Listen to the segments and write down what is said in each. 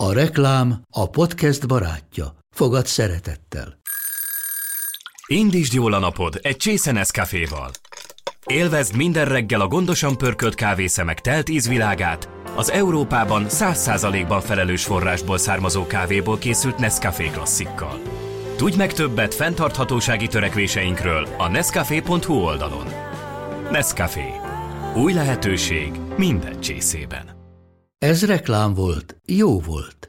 A reklám a podcast barátja. Fogad szeretettel. Indítsd jól a napod egy csésze Nescaféval. Élvezd minden reggel a gondosan pörkölt kávészemek telt ízvilágát, az Európában 100%-ban felelős forrásból származó kávéból készült Nescafé klasszikkal. Tudj meg többet fenntarthatósági törekvéseinkről a nescafé.hu oldalon. Nescafé. Új lehetőség minden csészében. Ez reklám volt, jó volt.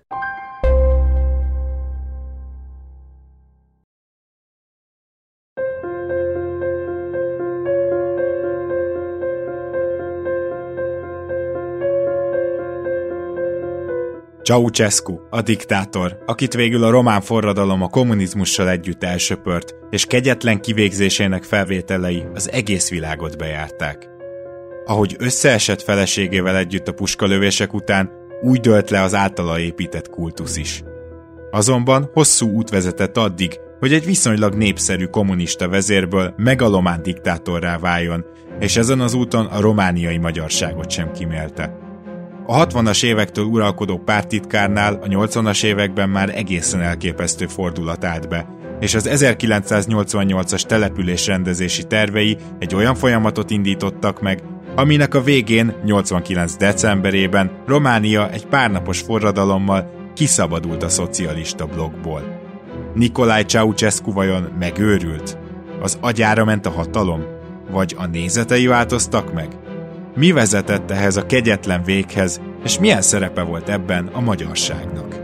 Ceausescu, a diktátor, akit végül a román forradalom a kommunizmussal együtt elsöpört, és kegyetlen kivégzésének felvételei az egész világot bejárták. Ahogy összeesett feleségével együtt a puskalövések után, úgy dőlt le az általa épített kultusz is. Azonban hosszú út vezetett addig, hogy egy viszonylag népszerű kommunista vezérből megalomán diktátorrá váljon, és ezen az úton a romániai magyarságot sem kímélte. A 60-as évektől uralkodó párttitkárnál a 80-as években már egészen elképesztő fordulat állt be, és az 1988-as településrendezési tervei egy olyan folyamatot indítottak meg, aminek a végén, 89. decemberében Románia egy párnapos forradalommal kiszabadult a szocialista blokkból. Nicolae Ceausescu vajon megőrült? Az agyára ment a hatalom? Vagy a nézetei változtak meg? Mi vezetett ehhez a kegyetlen véghez, és milyen szerepe volt ebben a magyarságnak?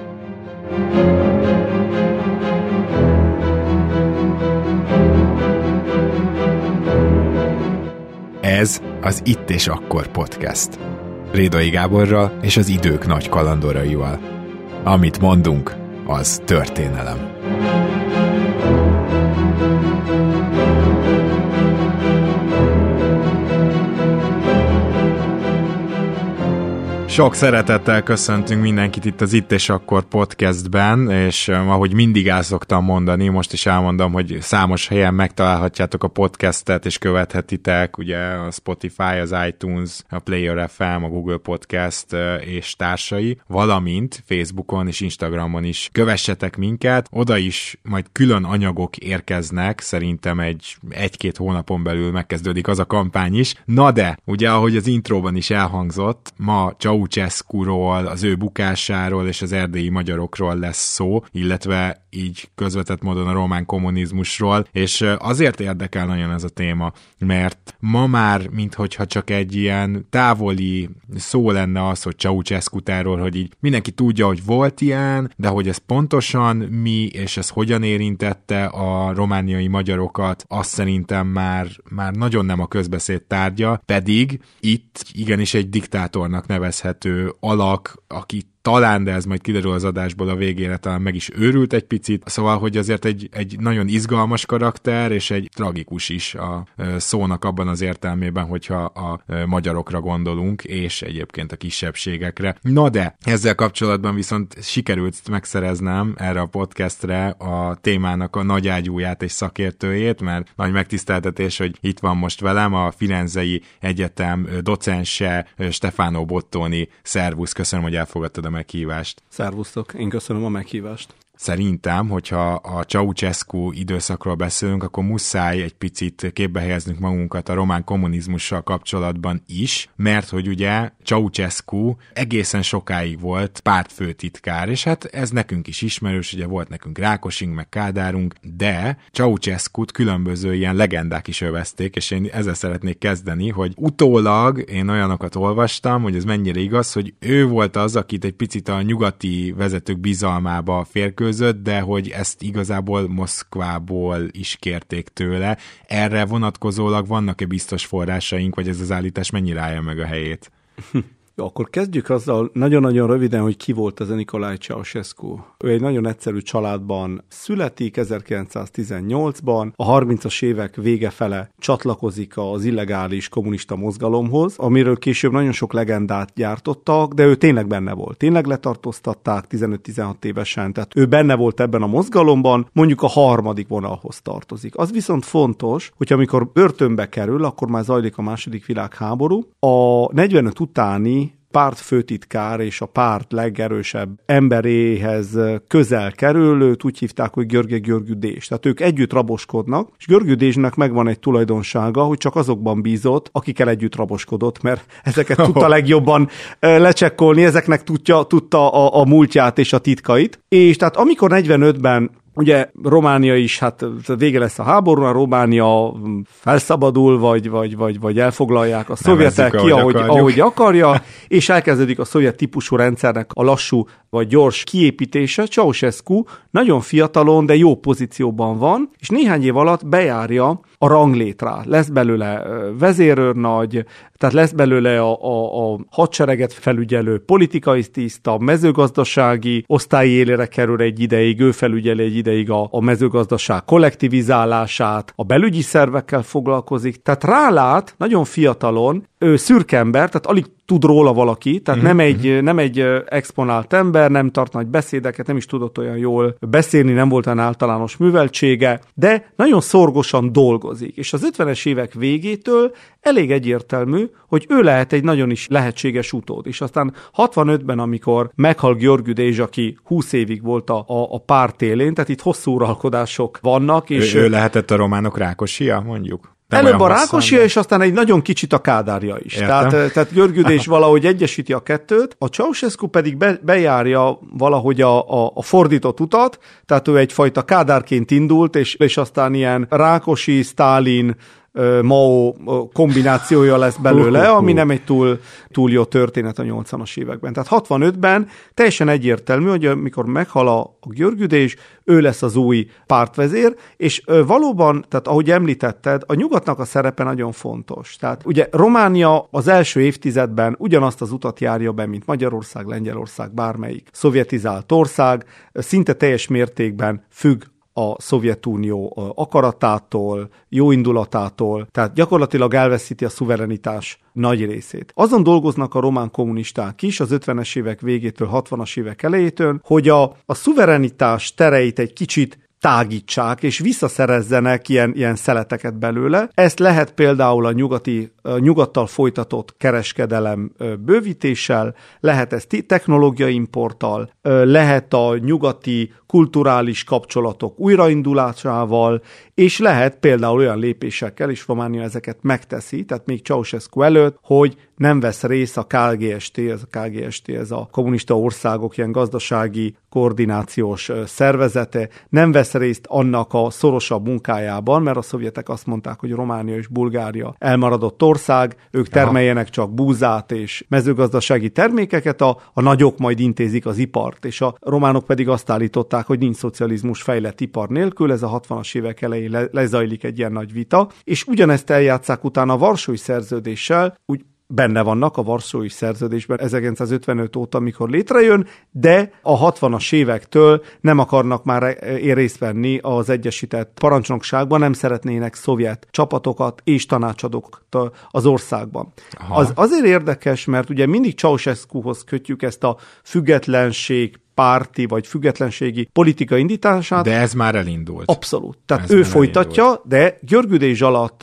Ez az Itt és Akkor podcast. Rédai Gáborral és az idők nagy kalandoraival. Amit mondunk, az történelem. Sok szeretettel köszöntünk mindenkit itt az Itt és Akkor podcastben, és ahogy mindig el szoktam mondani, most is elmondom, hogy számos helyen megtalálhatjátok a podcastet, és követhetitek, ugye a Spotify, az iTunes, a Player FM, a Google Podcast és társai, valamint Facebookon és Instagramon is kövessetek minket, oda is majd külön anyagok érkeznek, szerintem egy-két hónapon belül megkezdődik az a kampány is. Na de, ugye ahogy az intróban is elhangzott, ma Ceausescuról, az ő bukásáról és az erdélyi magyarokról lesz szó, illetve így közvetett módon a román kommunizmusról, és azért érdekel nagyon ez a téma, mert ma már, minthogyha csak egy ilyen távoli szó lenne az, hogy Ceausescutáról, hogy így mindenki tudja, hogy volt ilyen, de hogy ez pontosan mi, és ez hogyan érintette a romániai magyarokat, azt szerintem már nagyon nem a közbeszéd tárgya, pedig itt igenis egy diktátornak nevezhető alak, aki talán, de ez majd kiderül az adásból a végére, talán meg is őrült egy picit, szóval, hogy azért egy nagyon izgalmas karakter, és egy tragikus is a szónak abban az értelmében, hogyha a magyarokra gondolunk, és egyébként a kisebbségekre. Na de, ezzel kapcsolatban viszont sikerült megszereznem erre a podcastre a témának a nagyágyúját és szakértőjét, mert nagy megtiszteltetés, hogy itt van most velem a Firenzei Egyetem docense, Stefano Bottoni. Szervusz, köszönöm, hogy elfogadtad a meghívást. Szervusztok, én köszönöm a meghívást. Szerintem, hogyha a Ceausescu időszakról beszélünk, akkor muszáj egy picit képbe helyeznünk magunkat a román kommunizmussal kapcsolatban is, mert hogy ugye Ceausescu egészen sokáig volt pártfőtitkár, és hát ez nekünk is ismerős, ugye volt nekünk Rákosink, meg Kádárunk, de Ceausescut különböző ilyen legendák is övezték, és én ezzel szeretnék kezdeni, hogy utólag én olyanokat olvastam, hogy ez mennyire igaz, hogy ő volt az, akit egy picit a nyugati vezetők bizalmába férkőzött, de hogy ezt igazából Moszkvából is kérték tőle. Erre vonatkozólag vannak-e biztos forrásaink, vagy ez az állítás mennyire állja meg a helyét? Jó, akkor kezdjük azzal nagyon-nagyon röviden, hogy ki volt ez a Nicolae Ceausescu. Ő egy nagyon egyszerű családban születik, 1918-ban, a 30-as évek vége fele csatlakozik az illegális kommunista mozgalomhoz, amiről később nagyon sok legendát gyártottak, de ő tényleg benne volt. Tényleg letartóztatták 15-16 évesen, tehát ő benne volt ebben a mozgalomban, mondjuk a harmadik vonalhoz tartozik. Az viszont fontos, hogy amikor börtönbe kerül, akkor már zajlik a második világháború. A 45 utáni pártfőtitkár és a párt legerősebb emberéhez közel kerül, őt úgy hívták, hogy Görge Dézs. Tehát ők együtt raboskodnak, és Görge Dézsnek megvan egy tulajdonsága, hogy csak azokban bízott, akikkel együtt raboskodott, mert ezeket tudta legjobban lecsekkolni, ezeknek tudta a múltját és a titkait. És tehát amikor 45-ben ugye Románia is, hát vége lesz a háborúnak, Románia felszabadul, vagy elfoglalják a szovjetek ki, ahogy akarja, és elkezdődik a szovjet típusú rendszernek a lassú vagy gyors kiépítése. Ceausescu nagyon fiatalon, de jó pozícióban van, és néhány év alatt bejárja a ranglétrát. Lesz belőle vezérőrnagy, tehát lesz belőle a hadsereget felügyelő politikai tiszta, mezőgazdasági osztályi élére kerül egy ideig, ő felügyeli egy ideig a mezőgazdaság kollektivizálását, a belügyi szervekkel foglalkozik, tehát rálát nagyon fiatalon, ő szürke ember, tehát alig tud róla valaki, tehát nem egy exponált ember, nem tart nagy beszédeket, nem is tudott olyan jól beszélni, nem volt olyan általános műveltsége, de nagyon szorgosan dolgozik. És az 50-es évek végétől elég egyértelmű, hogy ő lehet egy nagyon is lehetséges utód. És aztán 65-ben, amikor meghal Gheorghe Dézs, aki 20 évig volt a párt élén, tehát itt hosszú uralkodások vannak. És ő lehetett a románok Rákosia, mondjuk? Előbb a Rákosia, és aztán egy nagyon kicsit a Kádárja is. Tehát Gheorghe Dézs valahogy egyesíti a kettőt, a Ceausescu pedig bejárja valahogy a fordított utat, tehát ő egyfajta Kádárként indult, és aztán ilyen Rákosi, Sztálin, Mao kombinációja lesz belőle, ami nem egy túl jó történet a 80-as években. Tehát 65-ben teljesen egyértelmű, hogy amikor meghal a Gheorghe Dézs, ő lesz az új pártvezér, és valóban, tehát ahogy említetted, a nyugatnak a szerepe nagyon fontos. Tehát ugye Románia az első évtizedben ugyanazt az utat járja be, mint Magyarország, Lengyelország, bármelyik szovjetizált ország, szinte teljes mértékben függ a Szovjetunió akaratától, jóindulatától, tehát gyakorlatilag elveszíti a szuverenitás nagy részét. Azon dolgoznak a román kommunisták is az 50-es évek végétől, 60-as évek elejétől, hogy a szuverenitás tereit egy kicsit tágítsák, és visszaszerezzenek ilyen szeleteket belőle. Ezt lehet például a nyugattal folytatott kereskedelem bővítéssel, lehet ez technológiai importtal, lehet a nyugati kulturális kapcsolatok újraindulásával, és lehet például olyan lépésekkel, és Románia ezeket megteszi, tehát még Ceausescu előtt, hogy nem vesz részt a KGST, ez a kommunista országok ilyen gazdasági koordinációs szervezete, nem vesz részt annak a szorosabb munkájában, mert a szovjetek azt mondták, hogy Románia és Bulgária elmaradott ország, ők termeljenek csak búzát és mezőgazdasági termékeket, a nagyok majd intézik az ipart, és a románok pedig azt állították, hogy nincs szocializmus fejlett ipar nélkül, ez a 60-as évek elején lezajlik egy ilyen nagy vita, és ugyanezt eljátszák utána a Varsói Szerződéssel, úgy benne vannak a Varsói Szerződésben 1955 óta, amikor létrejön, de a 60-as évektől nem akarnak már részt venni az Egyesített Parancsnokságban, nem szeretnének szovjet csapatokat és tanácsadókat az országban. Az azért érdekes, mert ugye mindig Ceausescuhoz kötjük ezt a függetlenség párti vagy függetlenségi politika indítását. De ez már elindult. Abszolút. Tehát ő folytatja, elindult. De Gheorghe Dézs alatt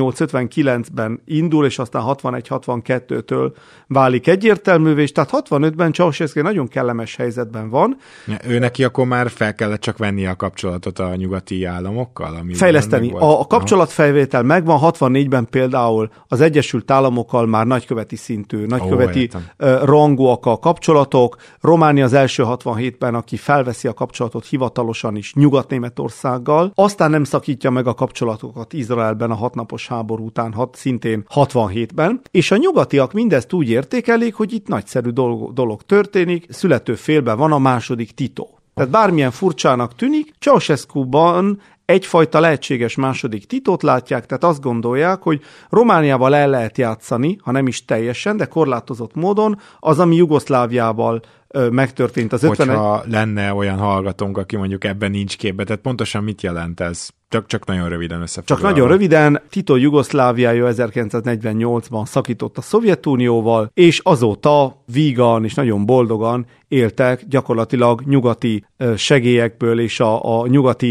58-59-ben indul, és aztán 61-62-től válik egyértelművé, és tehát 65-ben Ceausescu nagyon kellemes helyzetben van. Ő neki akkor már fel kellett csak venni a kapcsolatot a nyugati államokkal? Fejleszteni. A kapcsolatfelvétel megvan, 64-ben például az Egyesült Államokkal már nagyköveti szintű, nagyköveti rangúak a kapcsolatok. Románia az első 67-ben, aki felveszi a kapcsolatot hivatalosan is Nyugat-Németországgal, aztán nem szakítja meg a kapcsolatokat Izraelben a 6 napos háború után, szintén 67-ben, és a nyugatiak mindezt úgy értékelik, hogy itt nagyszerű dolog történik, születő félben van a második Tito. Tehát bármilyen furcsának tűnik, Ceausescuban egyfajta lehetséges második Titót látják, tehát azt gondolják, hogy Romániával el lehet játszani, ha nem is teljesen, de korlátozott módon, az, ami Jugoszláviával megtörtént az 50. Hogyha lenne olyan hallgatónk, aki mondjuk ebben nincs képbe, tehát pontosan mit jelent ez? Csak nagyon röviden összefoglalva. Csak nagyon röviden, Tito Jugoszláviája 1948-ban szakított a Szovjetunióval, és azóta vígan és nagyon boldogan éltek gyakorlatilag nyugati segélyekből és a nyugati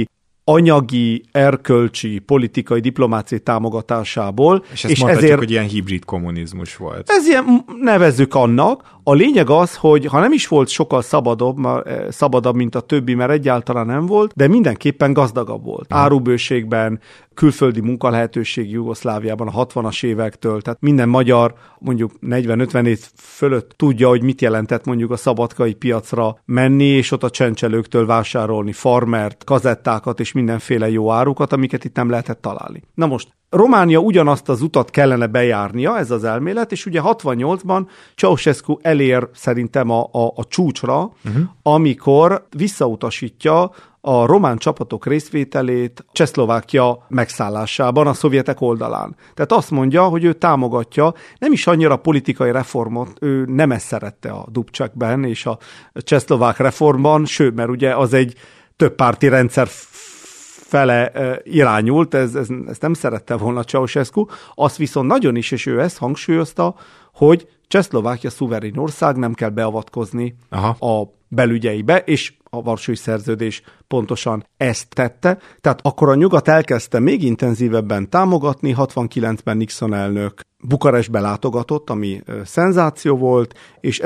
anyagi, erkölcsi, politikai, diplomáciai támogatásából. És ezt mondhatjuk, ezért, hogy ilyen hibrid kommunizmus volt. Ez ilyen, nevezzük annak. A lényeg az, hogy ha nem is volt sokkal szabadabb, mint a többi, mert egyáltalán nem volt, de mindenképpen gazdagabb volt. Árubőségben, külföldi munkalehetőség Jugoszláviában a 60-as évektől, tehát minden magyar mondjuk 40-50 év fölött tudja, hogy mit jelentett mondjuk a szabadkai piacra menni, és ott a csencselőktől vásárolni farmert, kazettákat és mindenféle jó árukat, amiket itt nem lehetett találni. Na most, Románia ugyanazt az utat kellene bejárnia, ez az elmélet, és ugye 68-ban Ceausescu elér szerintem a csúcsra, amikor visszautasítja a román csapatok részvételét Csehszlovákia megszállásában a szovjetek oldalán. Tehát azt mondja, hogy ő támogatja, nem is annyira politikai reformot, ő nem ezt szerette a Dubčekben és a csehszlovák reformban, sőt, mert ugye az egy többpárti rendszer fele irányult, ezt nem szerette volna Ceausescu, azt viszont nagyon is, és ő ezt hangsúlyozta, hogy Csehszlovákia szuverén ország, nem kell beavatkozni a belügyeibe, és a Varsói Szerződés pontosan ezt tette. Tehát akkor a nyugat elkezdte még intenzívebben támogatni, 69-ben Nixon elnök Bukarestbe látogatott, ami szenzáció volt, és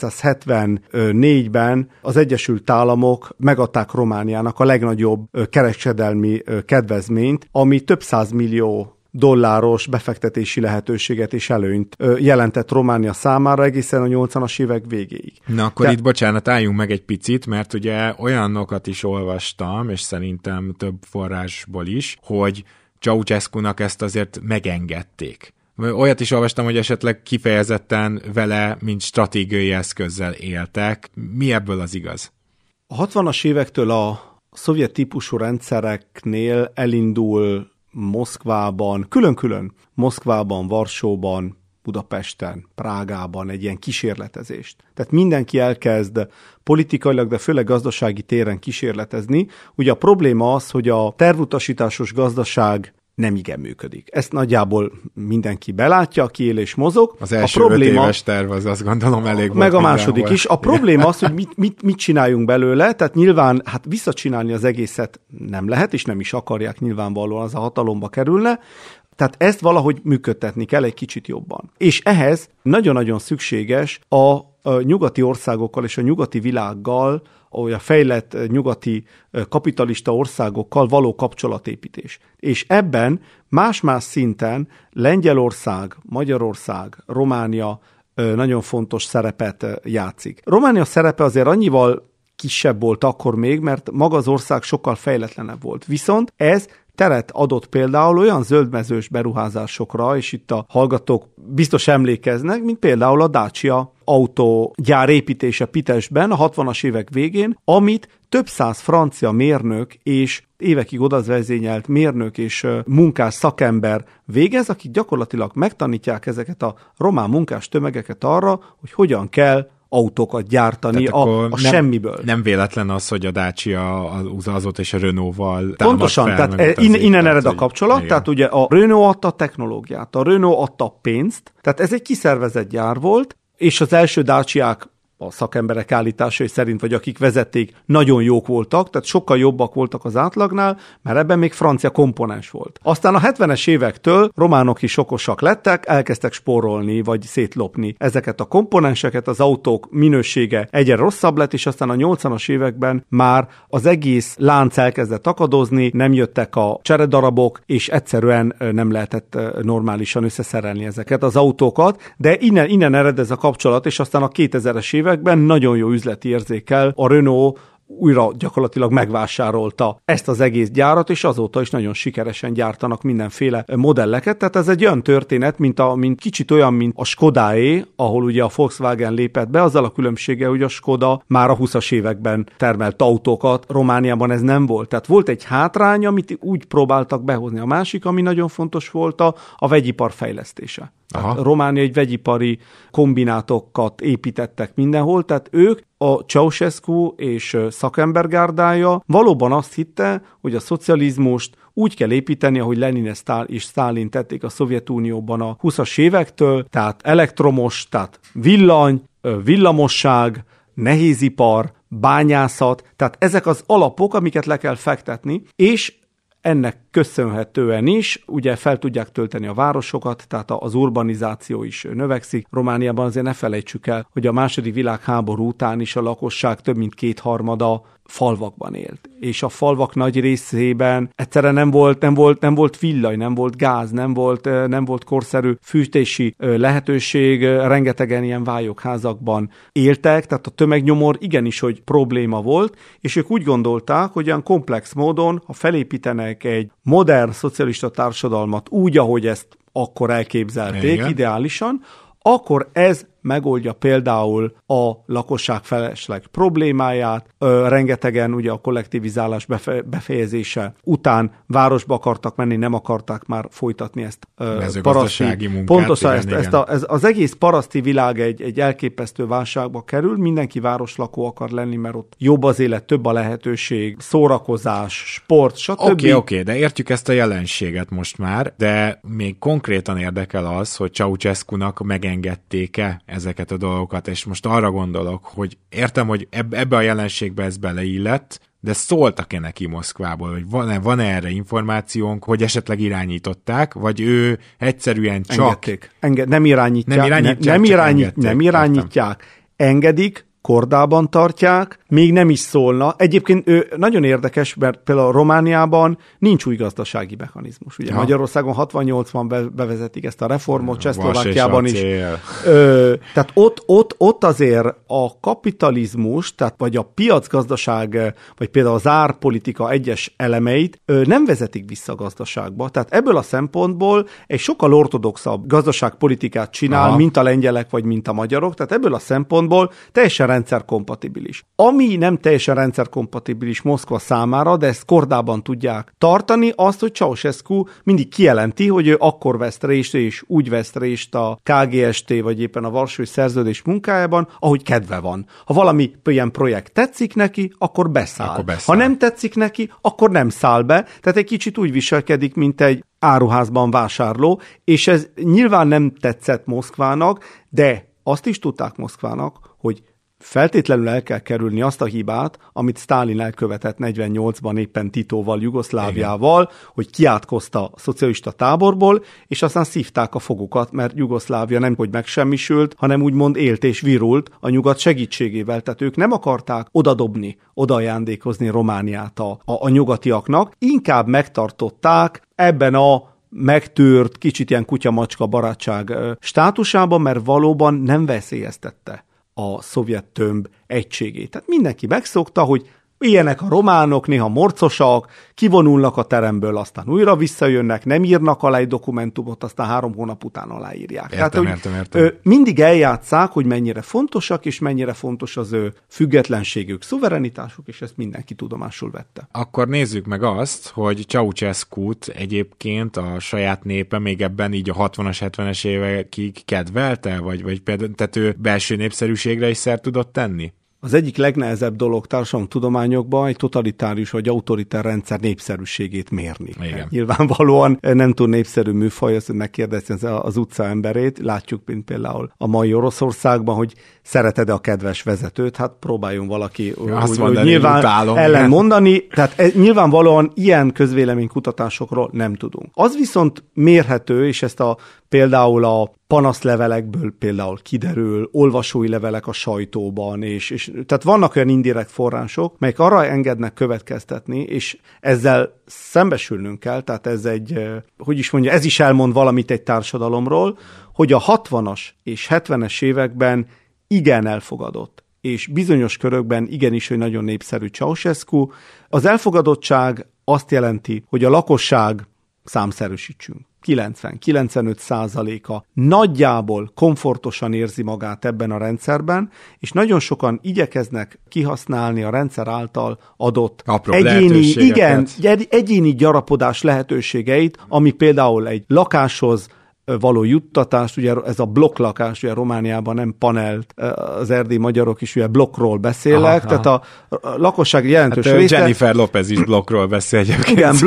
1974-ben az Egyesült Államok megadták Romániának a legnagyobb kereskedelmi kedvezményt, ami több $100 millió befektetési lehetőséget és előnyt jelentett Románia számára egészen a 80-as évek végéig. Na akkor itt bocsánat, álljunk meg egy picit, mert ugye olyanokat is olvastam, és szerintem több forrásból is, hogy Ceausescunak ezt azért megengedték. Olyat is olvastam, hogy esetleg kifejezetten vele, mint stratégiai eszközzel éltek. Mi ebből az igaz? A 60-as évektől a szovjet típusú rendszereknél elindul Moszkvában, külön-külön Moszkvában, Varsóban, Budapesten, Prágában egy ilyen kísérletezést. Tehát mindenki elkezd politikailag, de főleg gazdasági téren kísérletezni. Ugye a probléma az, hogy a tervutasításos gazdaság nem igen működik. Ezt nagyjából mindenki belátja, aki él és mozog. Az első 5 éves terv az azt gondolom elég volt. Meg a második is. A probléma az, hogy mit csináljunk belőle, tehát nyilván visszacsinálni az egészet nem lehet, és nem is akarják nyilvánvalóan, az a hatalomba kerülne. Tehát ezt valahogy működtetni kell egy kicsit jobban. És ehhez nagyon-nagyon szükséges a nyugati országokkal és a nyugati világgal, a fejlett nyugati kapitalista országokkal való kapcsolatépítés. És ebben más-más szinten Lengyelország, Magyarország, Románia nagyon fontos szerepet játszik. Románia szerepe azért annyival kisebb volt akkor még, mert maga az ország sokkal fejletlenebb volt. Viszont ez teret adott például olyan zöldmezős beruházásokra, és itt a hallgatók biztos emlékeznek, mint például a Dacia autógyár építése Pitesben a 60-as évek végén, amit több száz francia mérnök és évekig odavezényelt mérnök és munkás szakember végez, akik gyakorlatilag megtanítják ezeket a román munkás tömegeket arra, hogy hogyan kell autókat gyártani a semmiből. Nem véletlen az, hogy a Dacia azóta és a Renault-val támad pontosan, fel. Tehát innen ered a kapcsolat, igen. Tehát ugye a Renault adta a technológiát, a Renault adta a pénzt, tehát ez egy kiszervezett gyár volt, és az első Daciák a szakemberek állításai szerint, vagy akik vezették, nagyon jók voltak, tehát sokkal jobbak voltak az átlagnál, mert ebben még francia komponens volt. Aztán a 70-es évektől románok is okosak lettek, elkezdtek spórolni, vagy szétlopni ezeket a komponenseket, az autók minősége egyre rosszabb lett, és aztán a 80-as években már az egész lánc elkezdett akadozni, nem jöttek a cseredarabok, és egyszerűen nem lehetett normálisan összeszerelni ezeket az autókat, de innen ered ez a kapcsolat, és aztán a 2000-es években nagyon jó üzleti érzékkel a Renault újra gyakorlatilag megvásárolta ezt az egész gyárat, és azóta is nagyon sikeresen gyártanak mindenféle modelleket. Tehát ez egy olyan történet, mint kicsit olyan, mint a Skodáé, ahol ugye a Volkswagen lépett be, azzal a különbsége, hogy a Skoda már a 20-as években termelt autókat, Romániában ez nem volt. Tehát volt egy hátrány, amit úgy próbáltak behozni. A másik, ami nagyon fontos volt, a vegyipar fejlesztése. Románia egy vegyipari kombinátokat építettek mindenhol, tehát ők, a Ceausescu és szakembergárdája valóban azt hitte, hogy a szocializmust úgy kell építeni, ahogy Lenin és Sztálin tették a Szovjetunióban a 20-as évektől, tehát elektromos, tehát villany, villamosság, nehézipar, bányászat, tehát ezek az alapok, amiket le kell fektetni, és ennek köszönhetően is ugye fel tudják tölteni a városokat, tehát az urbanizáció is növekszik. Romániában azért ne felejtsük el, hogy a II. Világháború után is a lakosság több mint 2/3 falvakban élt. És a falvak nagy részében egyszerűen nem volt villany, nem volt gáz, nem volt korszerű fűtési lehetőség, rengetegen ilyen vályokházakban éltek, tehát a tömegnyomor igenis, hogy probléma volt, és ők úgy gondolták, hogy olyan komplex módon, ha felépítenek egy modern szocialista társadalmat úgy, ahogy ezt akkor elképzelték, ideálisan, akkor ez megoldja például a lakosság felesleg problémáját, rengetegen ugye a kollektivizálás befejezése után városba akartak menni, nem akarták már folytatni ezt mezőgazdasági munkát. Pontosan ez az egész paraszti világ egy elképesztő válságba kerül, mindenki városlakó akar lenni, mert ott jobb az élet, több a lehetőség, szórakozás, sport, stb. Oké, de értjük ezt a jelenséget most már, de még konkrétan érdekel az, hogy Ceausescu-nak megengedték-e ezeket a dolgokat, és most arra gondolok, hogy értem, hogy ebbe a jelenségbe ez beleillett, de szóltak-e neki Moszkvából, hogy van-e erre információnk, hogy esetleg irányították, vagy ő egyszerűen csak... Nem irányítják, engedik, kordában tartják, még nem is szólna. Egyébként ő nagyon érdekes, mert például Romániában nincs új gazdasági mechanizmus. Ugye Magyarországon 68-ban bevezetik ezt a reformot, Csehszlovákiában is. Tehát ott azért a kapitalizmus, tehát vagy a piacgazdaság, vagy például az árpolitika egyes elemeit nem vezetik vissza a gazdaságba. Tehát ebből a szempontból egy sokkal ortodoxabb gazdaságpolitikát csinál, mint a lengyelek, vagy mint a magyarok. Tehát ebből a szempontból teljesen rendszerkompatibilis. Ami nem teljesen rendszerkompatibilis Moszkva számára, de ezt kordában tudják tartani, azt, hogy Ceausescu mindig kijelenti, hogy ő akkor vesz részt, és úgy vesz részt a KGST, vagy éppen a Varsói Szerződés munkájában, ahogy kedve van. Ha valami ilyen projekt tetszik neki, akkor beszáll. Ha nem tetszik neki, akkor nem száll be. Tehát egy kicsit úgy viselkedik, mint egy áruházban vásárló, és ez nyilván nem tetszett Moszkvának, de azt is tudták Moszkvának, hogy feltétlenül el kell kerülni azt a hibát, amit Sztálin elkövetett 48-ban éppen Titóval, Jugoszláviával, hogy kiátkozta a szocialista táborból, és aztán szívták a fogukat, mert Jugoszlávia nem hogy megsemmisült, hanem úgymond élt és virult a nyugat segítségével. Tehát ők nem akarták odadobni, odaajándékozni Romániát a nyugatiaknak, inkább megtartották ebben a megtört, kicsit ilyen kutya-macska barátság státusában, mert valóban nem veszélyeztette a szovjet tömb egységét. Tehát mindenki megszokta, hogy ilyenek a románok, néha morcosak, kivonulnak a teremből, aztán újra visszajönnek, nem írnak alá egy dokumentumot, aztán 3 hónap után aláírják. Értem. Mindig eljátsszák, hogy mennyire fontosak, és mennyire fontos az ő függetlenségük, szuverenitásuk, és ezt mindenki tudomásul vette. Akkor nézzük meg azt, hogy Ceausescut egyébként a saját népe még ebben így a 60-as, 70-es évekig kedvelte, vagy például, tehát ő belső népszerűségre is szert tudott tenni? Az egyik legnehezebb dolog társadalomtudományokban egy totalitárius vagy autoritár rendszer népszerűségét mérni. Nyilvánvalóan nem túl népszerű műfaj, azt megkérdezni az utca emberét. Látjuk, mint például a mai Oroszországban, hogy szereted-e a kedves vezetőt, hát próbáljon valaki nyilván ellen mondani. Tehát nyilvánvalóan ilyen közvéleménykutatásokról nem tudunk. Az viszont mérhető, és ezt például a panaszlevelekből például kiderül, olvasói levelek a sajtóban, és tehát vannak olyan indirekt források, melyek arra engednek következtetni, és ezzel szembesülnünk kell, tehát ez ez is elmond valamit egy társadalomról, hogy a 60-as és 70-es években igen elfogadott, és bizonyos körökben igenis, hogy nagyon népszerű Ceausescu. Az elfogadottság azt jelenti, hogy a lakosság számszerűsítsünk. 90-95%-a nagyjából komfortosan érzi magát ebben a rendszerben, és nagyon sokan igyekeznek kihasználni a rendszer által adott egyéni gyarapodás lehetőségeit, ami például egy lakáshoz való juttatást, ugye ez a blokklakás, ugye Romániában nem panelt, az erdélyi magyarok is ugye blokkról beszélek, tehát a lakosság jelentős része... Jennifer Lopez is blokkról beszél egyébként. Igen,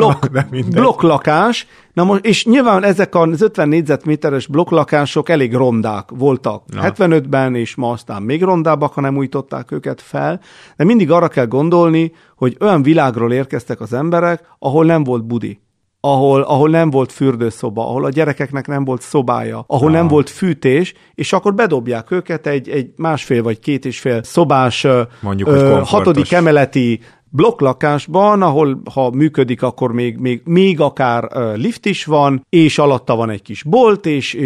blokklakás. Na most, és nyilván ezek az 50 négyzetméteres blokklakások elég rondák voltak 75-ben, és ma aztán még rondábbak, ha nem újították őket fel, de mindig arra kell gondolni, hogy olyan világról érkeztek az emberek, ahol nem volt budi, ahol nem volt fürdőszoba, ahol a gyerekeknek nem volt szobája, ahol nem volt fűtés, és akkor bedobják őket egy 1,5 vagy 2,5 szobás, mondjuk, 6. emeleti blokklakásban, ahol ha működik, akkor még akár lift is van, és alatta van egy kis bolt, és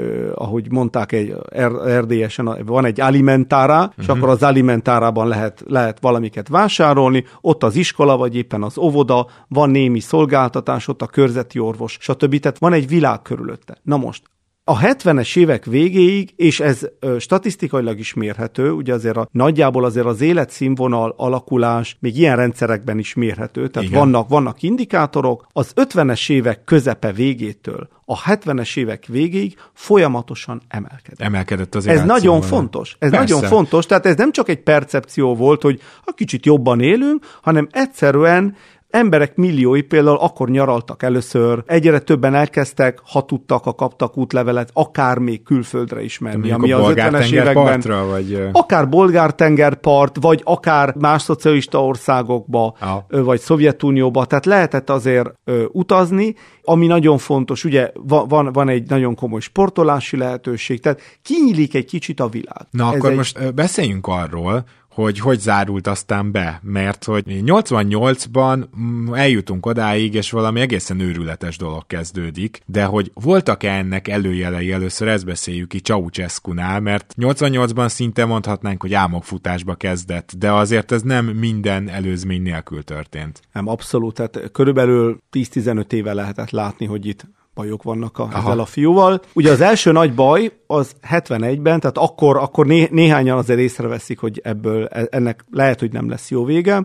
ahogy mondták erdélyesen, van egy alimentára, és akkor az alimentárában lehet valamiket vásárolni, ott az iskola, vagy éppen az óvoda, van némi szolgáltatás, ott a körzeti orvos, stb. Tehát van egy világ körülötte. Na most, a 70-es évek végéig, és ez statisztikailag is mérhető, ugye nagyjából azért az életszínvonal alakulás még ilyen rendszerekben is mérhető, tehát vannak indikátorok, az 50-es évek közepe végétől a 70-es évek végéig folyamatosan emelkedett az életszínvonal. Ez nagyon fontos. Nagyon fontos, tehát ez nem csak egy percepció volt, hogy kicsit jobban élünk, hanem egyszerűen emberek milliói például akkor nyaraltak először, egyre többen elkezdtek, ha tudtak, ha kaptak útlevelet, akár még külföldre is menni. Ami az 50-es években, akár bolgár-tengerpart, vagy akár más szocialista országokba, vagy Szovjetunióba, tehát lehetett azért utazni, ami nagyon fontos, ugye van egy nagyon komoly sportolási lehetőség, tehát kinyílik egy kicsit a világ. Na akkor most beszéljünk arról, hogy zárult aztán be, mert hogy 88-ban eljutunk odáig, és valami egészen őrületes dolog kezdődik, de hogy voltak-e ennek előjelei, először ezt beszéljük ki Ceausescunál, mert 88-ban szinte mondhatnánk, hogy álmokfutásba kezdett, de azért ez nem minden előzmény nélkül történt. Nem, abszolút, tehát körülbelül 10-15 éve lehetett látni, hogy itt bajok vannak ezzel a fiúval. Ugye az első nagy baj az 71-ben, tehát akkor néhányan azért észreveszik, hogy ennek lehet, hogy nem lesz jó vége.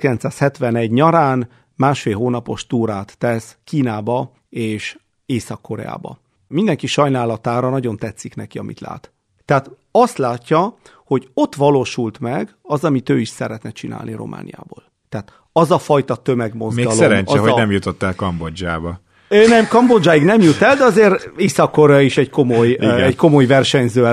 1971 nyarán 1,5 hónapos túrát tesz Kínába és Észak-Koreába. Mindenki sajnálatára nagyon tetszik neki, amit lát. Tehát azt látja, hogy ott valósult meg az, amit ő is szeretne csinálni Romániából. Tehát az a fajta tömegmozgalom. Még szerencse, hogy nem jutott el Kambodzsába. Nem, Kambodzsáig nem jut el, de azért Észak-Korea is egy komoly versenyző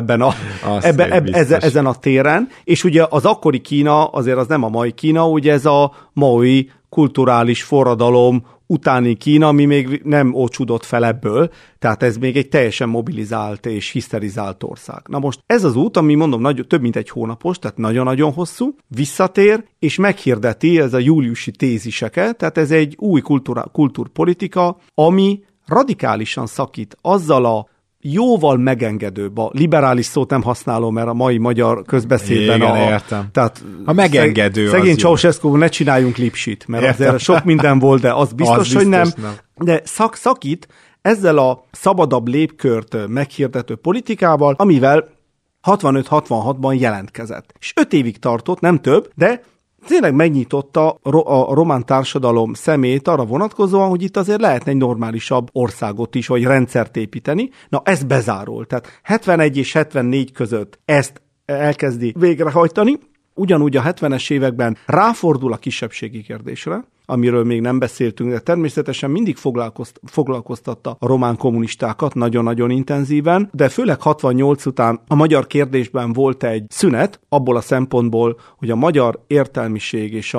ezen a téren, és ugye az akkori Kína, azért az nem a mai Kína, ugye ez a maui kulturális forradalom utáni Kína, ami még nem ócsúdott fel ebből, tehát ez még egy teljesen mobilizált és hiszterizált ország. Na most ez az út, ami mondom több mint egy hónapos, tehát nagyon-nagyon hosszú, visszatér, és meghirdeti ez a júliusi téziseket, tehát ez egy új kultúrpolitika, ami radikálisan szakít azzal a jóval megengedőbb, a liberális szót nem használom, mert a mai magyar közbeszédben értem. Tehát a megengedő szegény Ceausescu, ne csináljunk lipsit, mert azért sok minden volt, de az biztos, hogy nem. De szakít ezzel a szabadabb lépkört meghirdető politikával, amivel 65-66-ban jelentkezett. És 5 évig tartott, nem több, de tényleg megnyitotta a román társadalom szemét arra vonatkozóan, hogy itt azért lehetne egy normálisabb országot is, vagy rendszert építeni. Na, ez bezárul. Tehát 71 és 74 között ezt elkezdi végrehajtani. Ugyanúgy a 70-es években ráfordul a kisebbségi kérdésre, amiről még nem beszéltünk, de természetesen mindig foglalkoztatta a román kommunistákat nagyon-nagyon intenzíven, de főleg 68 után a magyar kérdésben volt egy szünet, abból a szempontból, hogy a magyar értelmiség és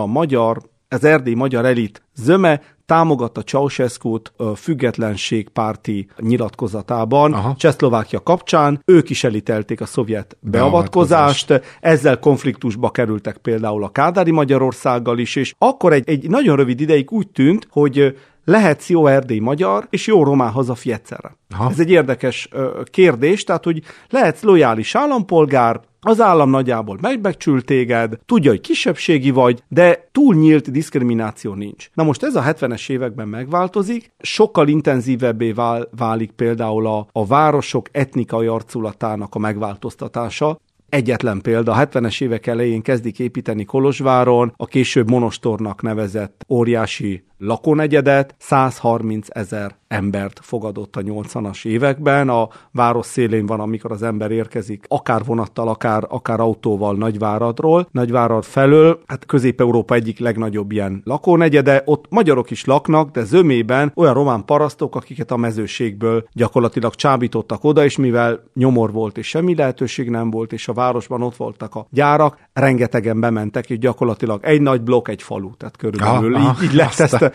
az erdélyi magyar elit zöme támogatta Ceausescut függetlenségpárti nyilatkozatában Csehszlovákia kapcsán. Ők is elítelték a szovjet beavatkozást, ezzel konfliktusba kerültek például a kádári Magyarországgal is, és akkor egy nagyon rövid ideig úgy tűnt, hogy lehetsz jó erdélyi magyar, és jó román hazafi egyszerre. Ez egy érdekes kérdés, tehát hogy lehetsz lojális állampolgár, az állam nagyjából megbecsül téged, tudja, hogy kisebbségi vagy, de túl nyílt diszkrimináció nincs. Na most ez a 70-es években megváltozik, sokkal intenzívebbé válik például a városok etnikai arculatának a megváltoztatása. Egyetlen példa, a 70-es évek elején kezdik építeni Kolozsváron, a később Monostornak nevezett óriási lakónegyedet, 130 000 embert fogadott a 80-as években. A város szélén van, amikor az ember érkezik, akár vonattal, akár autóval Nagyvárad felől. Hát Közép-Európa egyik legnagyobb ilyen lakónegyede. Ott magyarok is laknak, de zömében olyan román parasztok, akiket a mezőségből gyakorlatilag csábítottak oda, és mivel nyomor volt, és semmi lehetőség nem volt, és a városban ott voltak a gyárak, rengetegen bementek, és gyakorlatilag egy nagy blokk, egy falu. Tehát körülbelül így lehet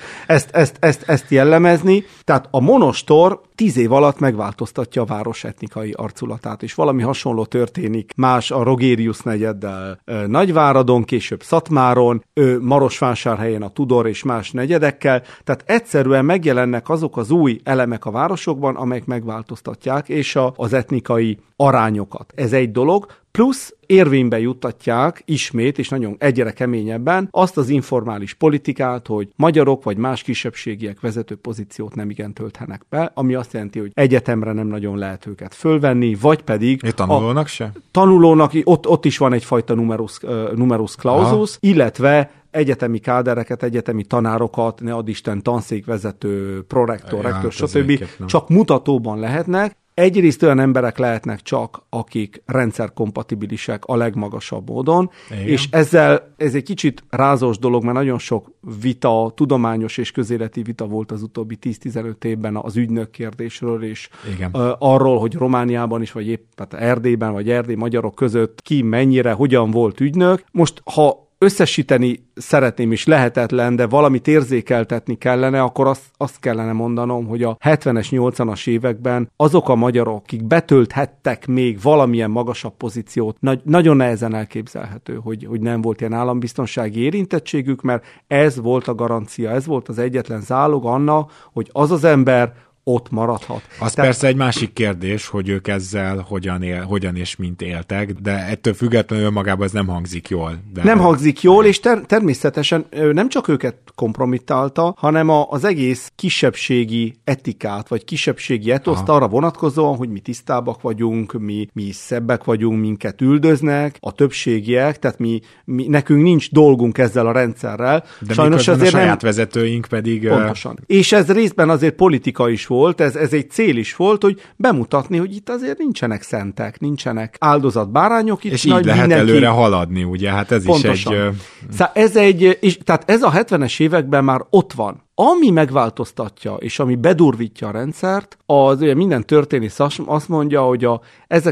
ezt jellemezni. Tehát a monostor 10 év alatt megváltoztatja a város etnikai arculatát, és valami hasonló történik más a Rogérius negyeddel Nagyváradon, később Szatmáron, Marosvásárhelyen a Tudor és más negyedekkel, tehát egyszerűen megjelennek azok az új elemek a városokban, amelyek megváltoztatják, és az etnikai arányokat. Ez egy dolog, plusz érvénybe juttatják ismét, és nagyon egyre keményebben azt az informális politikát, hogy magyarok vagy más kisebbségiek vezető pozíciót nem igen tölthenek be, ami azt jelenti, hogy egyetemre nem nagyon lehet őket fölvenni, vagy pedig... Tanulónak se? Tanulónak, ott is van egyfajta numerus clausus, illetve egyetemi kádereket, egyetemi tanárokat, ne add Isten, tanszékvezető, prorektor, rektor, stb. Csak mutatóban lehetnek. Egyrészt olyan emberek lehetnek csak, akik rendszerkompatibilisek a legmagasabb módon, igen. És ez egy kicsit rázós dolog, mert nagyon sok vita, tudományos és közéleti vita volt az utóbbi 10-15 évben az ügynök kérdésről, és arról, hogy Romániában is, vagy épp Erdélyben, vagy erdély magyarok között ki mennyire, hogyan volt ügynök. Most, ha összesíteni szeretném, és lehetetlen, de valamit érzékeltetni kellene, akkor azt kellene mondanom, hogy a 70-es, 80-as években azok a magyarok, akik betölthettek még valamilyen magasabb pozíciót, nagyon nehezen elképzelhető, hogy nem volt ilyen állambiztonsági érintettségük, mert ez volt a garancia, ez volt az egyetlen zálog annak, hogy az az ember ott maradhat. Az persze egy másik kérdés, hogy ők ezzel hogyan és mint éltek, de ettől függetlenül önmagában ez nem hangzik jól. Nem hangzik jól, és természetesen nem csak őket kompromittálta, hanem az egész kisebbségi etikát, vagy kisebbségi etoszt arra vonatkozóan, hogy mi tisztábbak vagyunk, mi szebbek vagyunk, minket üldöznek, a többségiek, tehát nekünk nincs dolgunk ezzel a rendszerrel. De sajnos azért a saját vezetőink pedig... Pontosan. És ez részben azért politika is volt, ez egy cél is volt, hogy bemutatni, hogy itt azért nincsenek szentek, nincsenek áldozatbárányok. És így lehet előre haladni, ugye? Hát ez pontosan. Is egy... Tehát ez a 70-es években már ott van. Ami megváltoztatja, és ami bedurvítja a rendszert, az ugye minden történész azt mondja, hogy a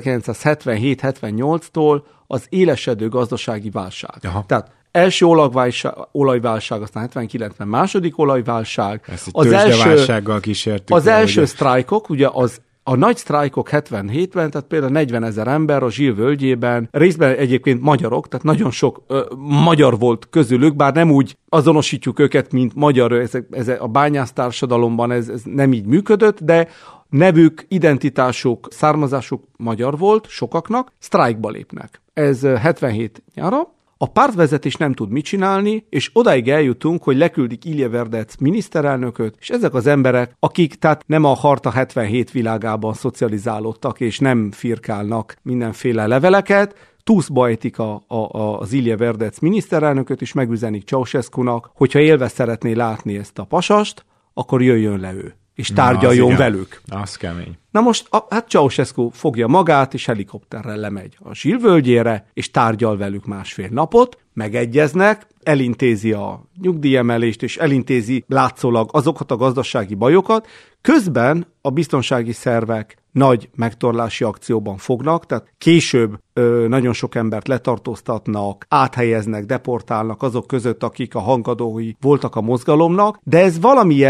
1977-78-tól az élesedő gazdasági válság. Aha. Tehát első olajválság, aztán 79-ben második olajválság. Ezt egy tőzsdeválsággal kísértük. Az első sztrájkok, ugye a nagy sztrájkok 77-ben, tehát például 40 000 ember a Zsil völgyében, részben egyébként magyarok, tehát nagyon sok magyar volt közülük, bár nem úgy azonosítjuk őket, mint magyar, ez a bányásztársadalomban ez nem így működött, de nevük, identitásuk, származásuk magyar volt sokaknak, sztrájkba lépnek. Ez 77 nyára. A pártvezetés nem tud mit csinálni, és odáig eljutunk, hogy leküldik Ilja Verdec miniszterelnököt, és ezek az emberek, akik tehát nem a Harta 77 világában szocializálódtak, és nem firkálnak mindenféle leveleket, túszba ejtik az Ilja Verdec miniszterelnököt, és megüzenik Ceausescunak, hogyha élve szeretné látni ezt a pasast, akkor jöjjön le ő, és tárgyaljon velük. Az kemény. Na most, hát Ceausescu fogja magát, és helikopterrel lemegy a Zsil völgyére, és tárgyal velük másfél napot, megegyeznek, elintézi a nyugdíjemelést, és elintézi látszólag azokat a gazdasági bajokat, közben a biztonsági szervek nagy megtorlási akcióban fognak, tehát később nagyon sok embert letartóztatnak, áthelyeznek, deportálnak azok között, akik a hangadói voltak a mozgalomnak, de ez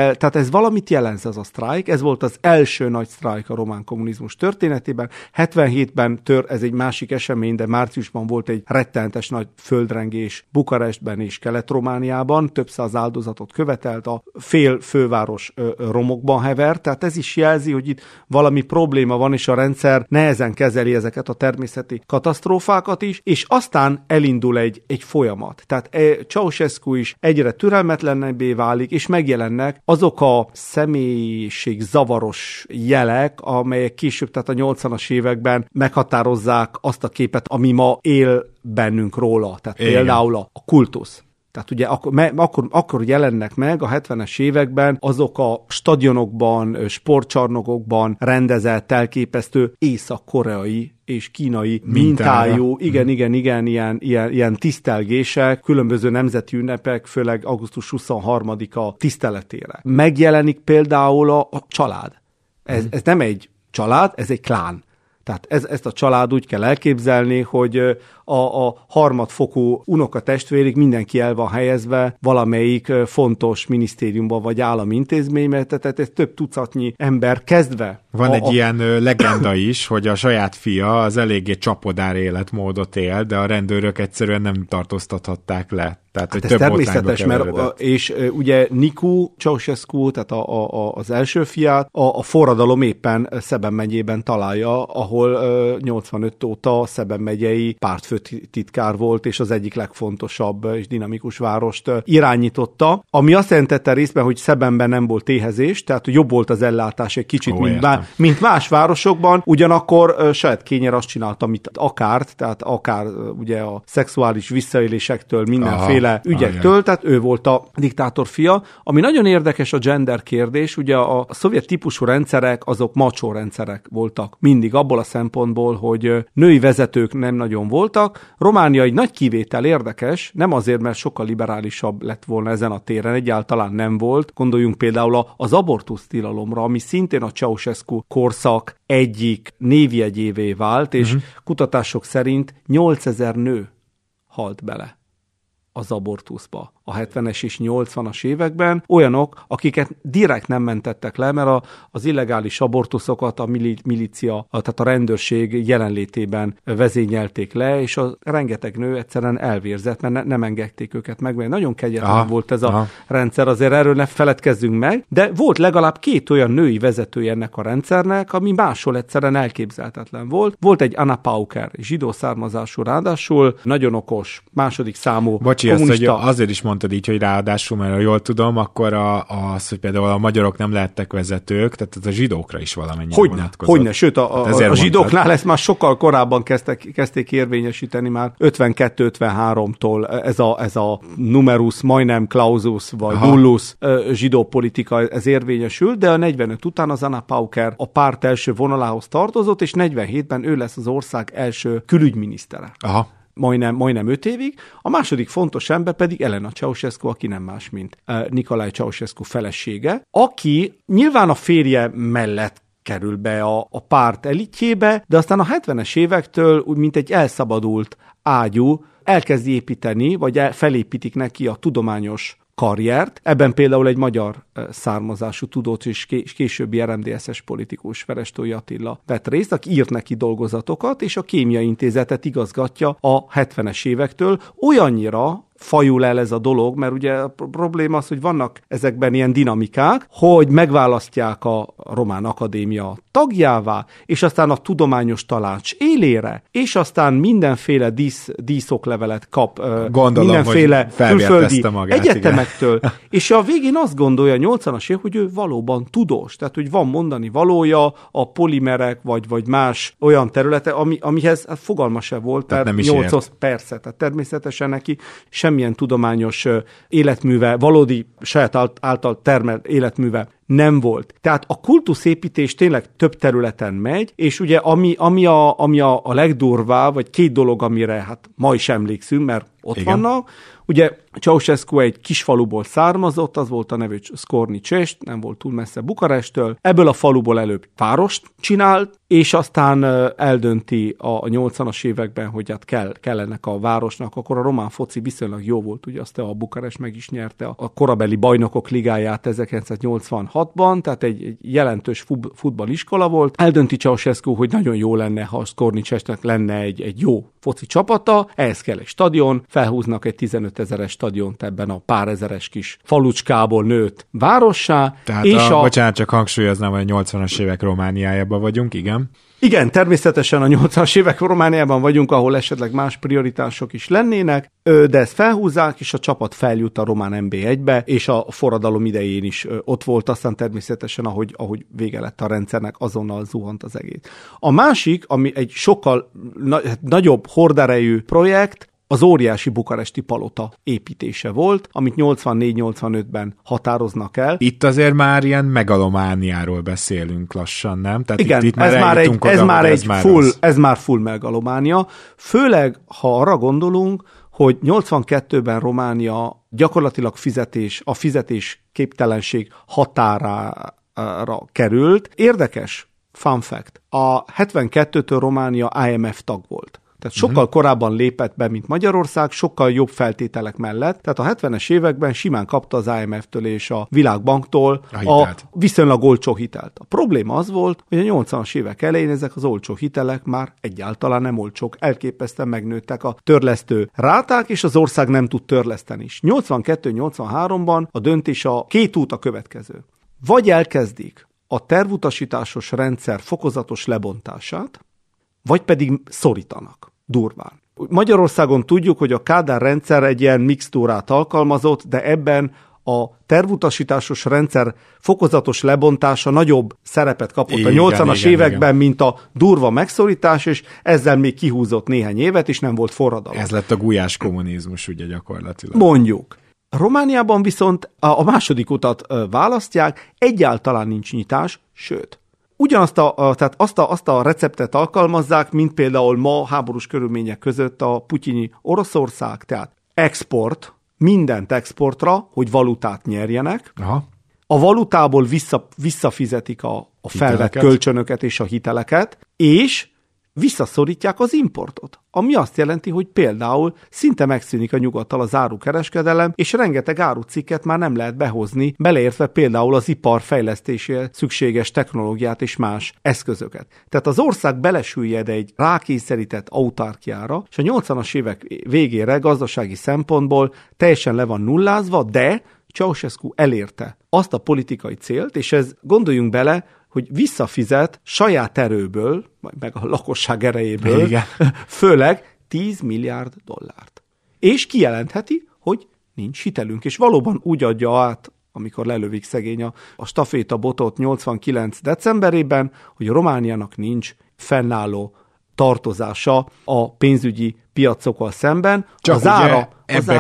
valamit jelent ez a sztrájk, ez volt az első nagy sztrájk a román kommunizmus történetében. 77-ben ez egy másik esemény, de márciusban volt egy rettenetes nagy földrengés Bukarestben és Kelet-Romániában, több száz áldozatot követelt, a fél főváros romokban hevert, tehát ez is jelzi, hogy itt valami probléma van, és a rendszer nehezen kezeli ezeket a természeti katasztrófákat is, és aztán elindul egy folyamat. Tehát Ceausescu is egyre türelmetlenebbé válik, és megjelennek azok a személyiség zavaros jelek, amelyek később, tehát a 80-as években meghatározzák azt a képet, ami ma él bennünk róla. Tehát például a kultusz. Tehát ugye akkor jelennek meg a 70-es években azok a stadionokban, sportcsarnokokban rendezett, elképesztő észak-koreai és kínai mintájú, ilyen tisztelgések, különböző nemzeti ünnepek, főleg augusztus 23-a tiszteletére. Megjelenik például a család. Ez nem egy család, ez egy klán. Tehát ezt a család úgy kell elképzelni, hogy a harmadfokú unokatestvérig mindenki el van helyezve valamelyik fontos minisztériumban vagy állami intézményben, tehát ez több tucatnyi ember kezdve. Van egy ilyen legenda is, hogy a saját fia az eléggé csapodár életmódot él, de a rendőrök egyszerűen nem tartóztathatták le. Tehát, hogy ez több természetes, mert és ugye Nicu Ceausescu, tehát az első fiát, a forradalom éppen Szeben megyében találja, ahol 85 óta Szeben megyei pártfőtitkár volt, és az egyik legfontosabb és dinamikus várost irányította, ami azt jelentette részben, hogy Szebenben nem volt éhezés, tehát jobb volt az ellátás egy kicsit, mint más városokban, ugyanakkor saját kényer azt csinálta, amit akárt, tehát akár ugye a szexuális visszaélésektől, mindenféle ügyektől, tehát ő volt a diktátor fia. Ami nagyon érdekes a gender kérdés, ugye a szovjet típusú rendszerek, azok macsó rendszerek voltak mindig abból a szempontból, hogy női vezetők nem nagyon voltak. Románia egy nagy kivétel, érdekes, nem azért, mert sokkal liberálisabb lett volna ezen a téren, egyáltalán nem volt. Gondoljunk például az abortusz tilalomra, ami szintén a Ceausescu korszak egyik névjegyévé vált, és kutatások szerint 8000 nő halt bele az abortuszba a 70-es és 80-as években, olyanok, akiket direkt nem mentettek le, mert az illegális abortuszokat a milícia, tehát a rendőrség jelenlétében vezényelték le, és a rengeteg nő egyszerűen elvérzett, mert nem engedték őket meg, mert nagyon kegyetlen volt ez a rendszer, azért erről ne feledkezzünk meg, de volt legalább 2 olyan női vezetője ennek a rendszernek, ami máshol egyszerűen elképzelhetetlen volt. Volt egy Anna Pauker, zsidó származású, ráadásul nagyon okos, második számú kommunista. Azért is mondtad így, hogy ráadásul, mert jól tudom, akkor az, hogy például a magyarok nem lehettek vezetők, tehát ez a zsidókra is valamennyire vonatkozott. Hogyne, sőt a zsidóknál ezt már sokkal korábban kezdték érvényesíteni, már 52-53-tól ez a numerus, majdnem clausus, vagy nullus zsidó politika, ez érvényesült, de a 45 után az Anna Pauker a párt első vonalához tartozott, és 47-ben ő lesz az ország első külügyminisztere. Majdnem 5 évig. A második fontos ember pedig Elena Ceausescu, aki nem más, mint Nicolae Ceausescu felesége, aki nyilván a férje mellett kerül be a párt elitjébe, de aztán a 70-es évektől úgy, mint egy elszabadult ágyú, elkezdi építeni, vagy felépítik neki a tudományos karriert. Ebben például egy magyar származású tudós és későbbi RMDSZ-es politikus, Verestói Attila vett részt, aki írt neki dolgozatokat, és a Kémiai Intézetet igazgatja a 70-es évektől. Olyannyira fajul el ez a dolog, mert ugye a probléma az, hogy vannak ezekben ilyen dinamikák, hogy megválasztják a Román Akadémia tagjává, és aztán a tudományos tanács élére, és aztán mindenféle díszoklevelet kap, gondolom, mindenféle külföldi egyetemektől, és a végén azt gondolja a 80-as év, hogy ő valóban tudós, tehát hogy van mondani valója a polimerek, vagy más olyan területe, amihez fogalma se volt, tehát mert persze, tehát természetesen neki semmilyen tudományos életműve, valódi saját által termelt életműve nem volt. Tehát a kultuszépítés tényleg több területen megy, és ugye ami a legdurvább, vagy 2 dolog, amire hát ma is emlékszünk, mert ott vannak. Ugye Ceausescu egy kis faluból származott, az volt a nevű Szkorni Csest, nem volt túl messze Bukarestől. Ebből a faluból előbb várost csinált, és aztán eldönti a 80-as években, hogy hát kell ennek a városnak, akkor a román foci viszonylag jó volt, ugye azt a Bukarest meg is nyerte a korabeli bajnokok ligáját 1986-ban, tehát egy jelentős futballiskola volt. Eldönti Ceausescu, hogy nagyon jó lenne, ha a Szkorni Csestnek lenne egy jó foci csapata, ehhez kell egy stadion, felhúznak egy 15 000-es stadiont ebben a pár ezeres kis falucskából nőtt várossá. Tehát bocsánat, csak hangsúlyoznám, hogy a 80-as évek Romániájában vagyunk, igen. Igen, természetesen a 80-as évek Romániában vagyunk, ahol esetleg más prioritások is lennének, de ezt felhúzzák, és a csapat feljut a román NB1-be, és a forradalom idején is ott volt, aztán természetesen, ahogy vége lett a rendszernek, azonnal zuhant az egész. A másik, ami egy sokkal nagyobb horderejű projekt, az óriási bukaresti palota építése volt, amit 84-85-ben határoznak el. Itt azért már ilyen megalomániáról beszélünk lassan, nem? Tehát igen, itt ez már full megalománia, főleg ha arra gondolunk, hogy 82-ben Románia gyakorlatilag a fizetés képtelenség határára került. Érdekes, fun fact, a 72-től Románia IMF tag volt. Tehát sokkal korábban lépett be, mint Magyarország, sokkal jobb feltételek mellett. Tehát a 70-es években simán kapta az IMF-től és a Világbanktól a viszonylag olcsó hitelt. A probléma az volt, hogy a 80-as évek elején ezek az olcsó hitelek már egyáltalán nem olcsók. Elképesztően megnőttek a törlesztő ráták, és az ország nem tud törleszteni is. 82-83-ban a döntés két út a következő. Vagy elkezdik a tervutasításos rendszer fokozatos lebontását, vagy pedig szorítanak durván. Magyarországon tudjuk, hogy a Kádár rendszer egy ilyen mixtúrát alkalmazott, de ebben a tervutasításos rendszer fokozatos lebontása nagyobb szerepet kapott a 80-as években, mint a durva megszorítás, és ezzel még kihúzott néhány évet, és nem volt forradalom. Ez lett a gulyás kommunizmus, ugye gyakorlatilag. Mondjuk. Romániában viszont a második utat választják, egyáltalán nincs nyitás, sőt. Ugyanazt azt a receptet alkalmazzák, mint például ma háborús körülmények között a putyini Oroszország, tehát export, mindent exportra, hogy valutát nyerjenek. Aha. A valutából visszafizetik a felvett kölcsönöket és a hiteleket, és visszaszorítják az importot. Ami azt jelenti, hogy például szinte megszűnik a nyugattal az árukereskedelem, és rengeteg árucikket már nem lehet behozni, beleértve például az ipar fejlesztésére szükséges technológiát és más eszközöket. Tehát az ország belesüllyed egy rákényszerített autarkiára, és a 80-as évek végére gazdasági szempontból teljesen le van nullázva, de Ceausescu elérte azt a politikai célt, és ez gondoljunk bele, hogy visszafizet saját erőből, meg a lakosság erejéből, igen, főleg 10 milliárd dollárt. És kijelentheti, hogy nincs hitelünk, és valóban úgy adja át, amikor lelövik szegény a stafétabotot 89 decemberében, hogy Romániának nincs fennálló tartozása a pénzügyi piacokkal szemben. Csak az ára,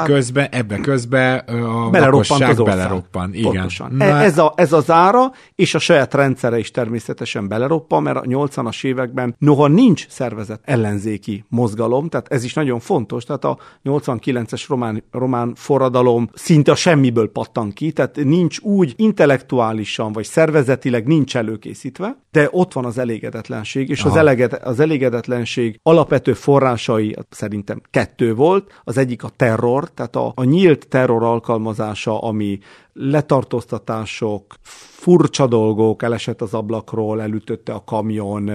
ebbe közben a lakosság beleroppan. Igen. Pontosan. Ez az ára, és a saját rendszere is természetesen beleroppan, mert a 80-as években noha nincs szervezett ellenzéki mozgalom, tehát ez is nagyon fontos, tehát a 89-es román forradalom szinte a semmiből pattan ki, tehát nincs úgy intellektuálisan vagy szervezetileg nincs előkészítve, de ott van az elégedetlenség, és az elégedetlenség alapvető forrásai szerintem 2 volt, az egyik a terror, tehát a nyílt terror alkalmazása, ami letartóztatások, furcsa dolgok, elesett az ablakról, elütötte a kamion,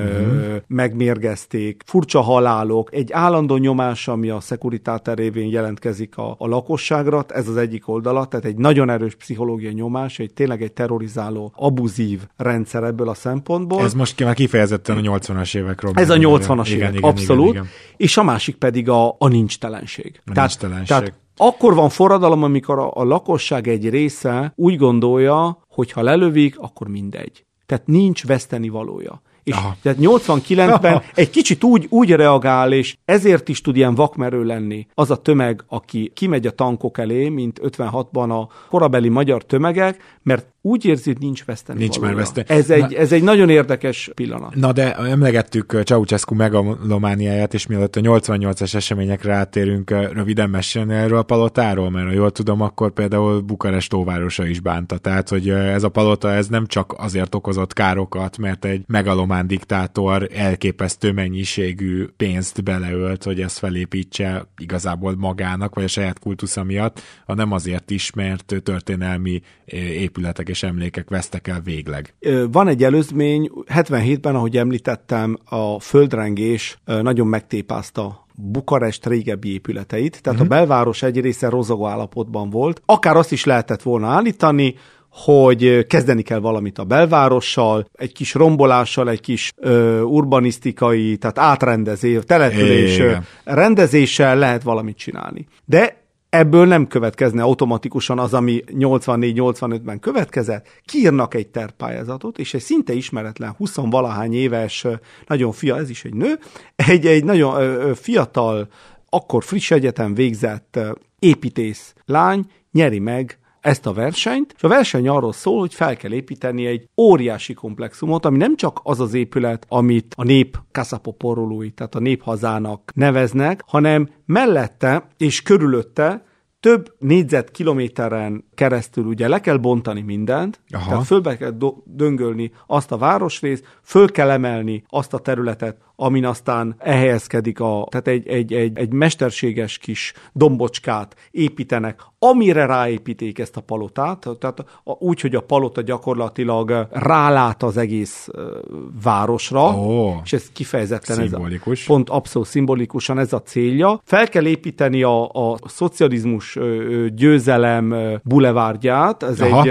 megmérgezték, furcsa halálok, egy állandó nyomás, ami a Securitate révén jelentkezik a lakosságra, ez az egyik oldala, tehát egy nagyon erős pszichológiai nyomás, tényleg egy terrorizáló, abuzív rendszer ebből a szempontból. Ez most már kifejezetten a 80-as évekről. Ez a 80-as évek, abszolút. Igen. És a másik pedig a nincstelenség. Tehát akkor van forradalom, amikor a lakosság egy része úgy gondolja, hogy ha lelövik, akkor mindegy. Tehát nincs vesztenivalója. És tehát 89-ben egy kicsit úgy reagál, és ezért is tud ilyen vakmerő lenni az a tömeg, aki kimegy a tankok elé, mint 56-ban a korabeli magyar tömegek, mert úgy érzi, hogy nincs vesztenivalója. Nincs már veszteni. Ez egy nagyon érdekes pillanat. Na de emlegettük Ceausescu megalomániáját, és mielőtt a 88-as eseményekre áttérünk, röviden mesélni erről a palotáról, mert ha jól tudom, akkor például Bukarest óvárosa is bánta. Tehát, hogy ez a palota ez nem csak azért okozott károkat, mert egy megalomán diktátor elképesztő mennyiségű pénzt beleölt, hogy ezt felépítse igazából magának, vagy a saját kultusza miatt, hanem azért is, mert történelmi épületek és emlékek vesztek el végleg. Van egy előzmény, 77-ben, ahogy említettem, a földrengés nagyon megtépázta Bukarest régebbi épületeit, tehát a belváros egy része rozogó állapotban volt. Akár azt is lehetett volna állítani, hogy kezdeni kell valamit a belvárossal, egy kis rombolással, egy kis urbanisztikai, tehát átrendezés, település rendezéssel lehet valamit csinálni. De ebből nem következne automatikusan az, ami 84-85-ben következett. Kiírnak egy tervpályázatot, és egy szinte ismeretlen 20-valahány éves, nagyon ez is egy nő, egy nagyon fiatal akkor friss egyetem végzett építész lány nyeri meg ezt a versenyt, és a verseny arról szól, hogy fel kell építeni egy óriási komplexumot, ami nem csak az az épület, amit a nép Casa Poporului, tehát a néphazának neveznek, hanem mellette és körülötte több négyzetkilométeren keresztül ugye le kell bontani mindent, tehát fölbe kell döngölni azt a városrészt, föl kell emelni azt a területet, amin aztán elhelyezkedik tehát egy mesterséges kis dombocskát építenek, amire ráépíték ezt a palotát, tehát úgy, hogy a palota gyakorlatilag rálát az egész városra, és ez kifejezetten szimbolikus. Pont abszolút szimbolikusan ez a célja. Fel kell építeni a szocializmus győzelem bulevárját,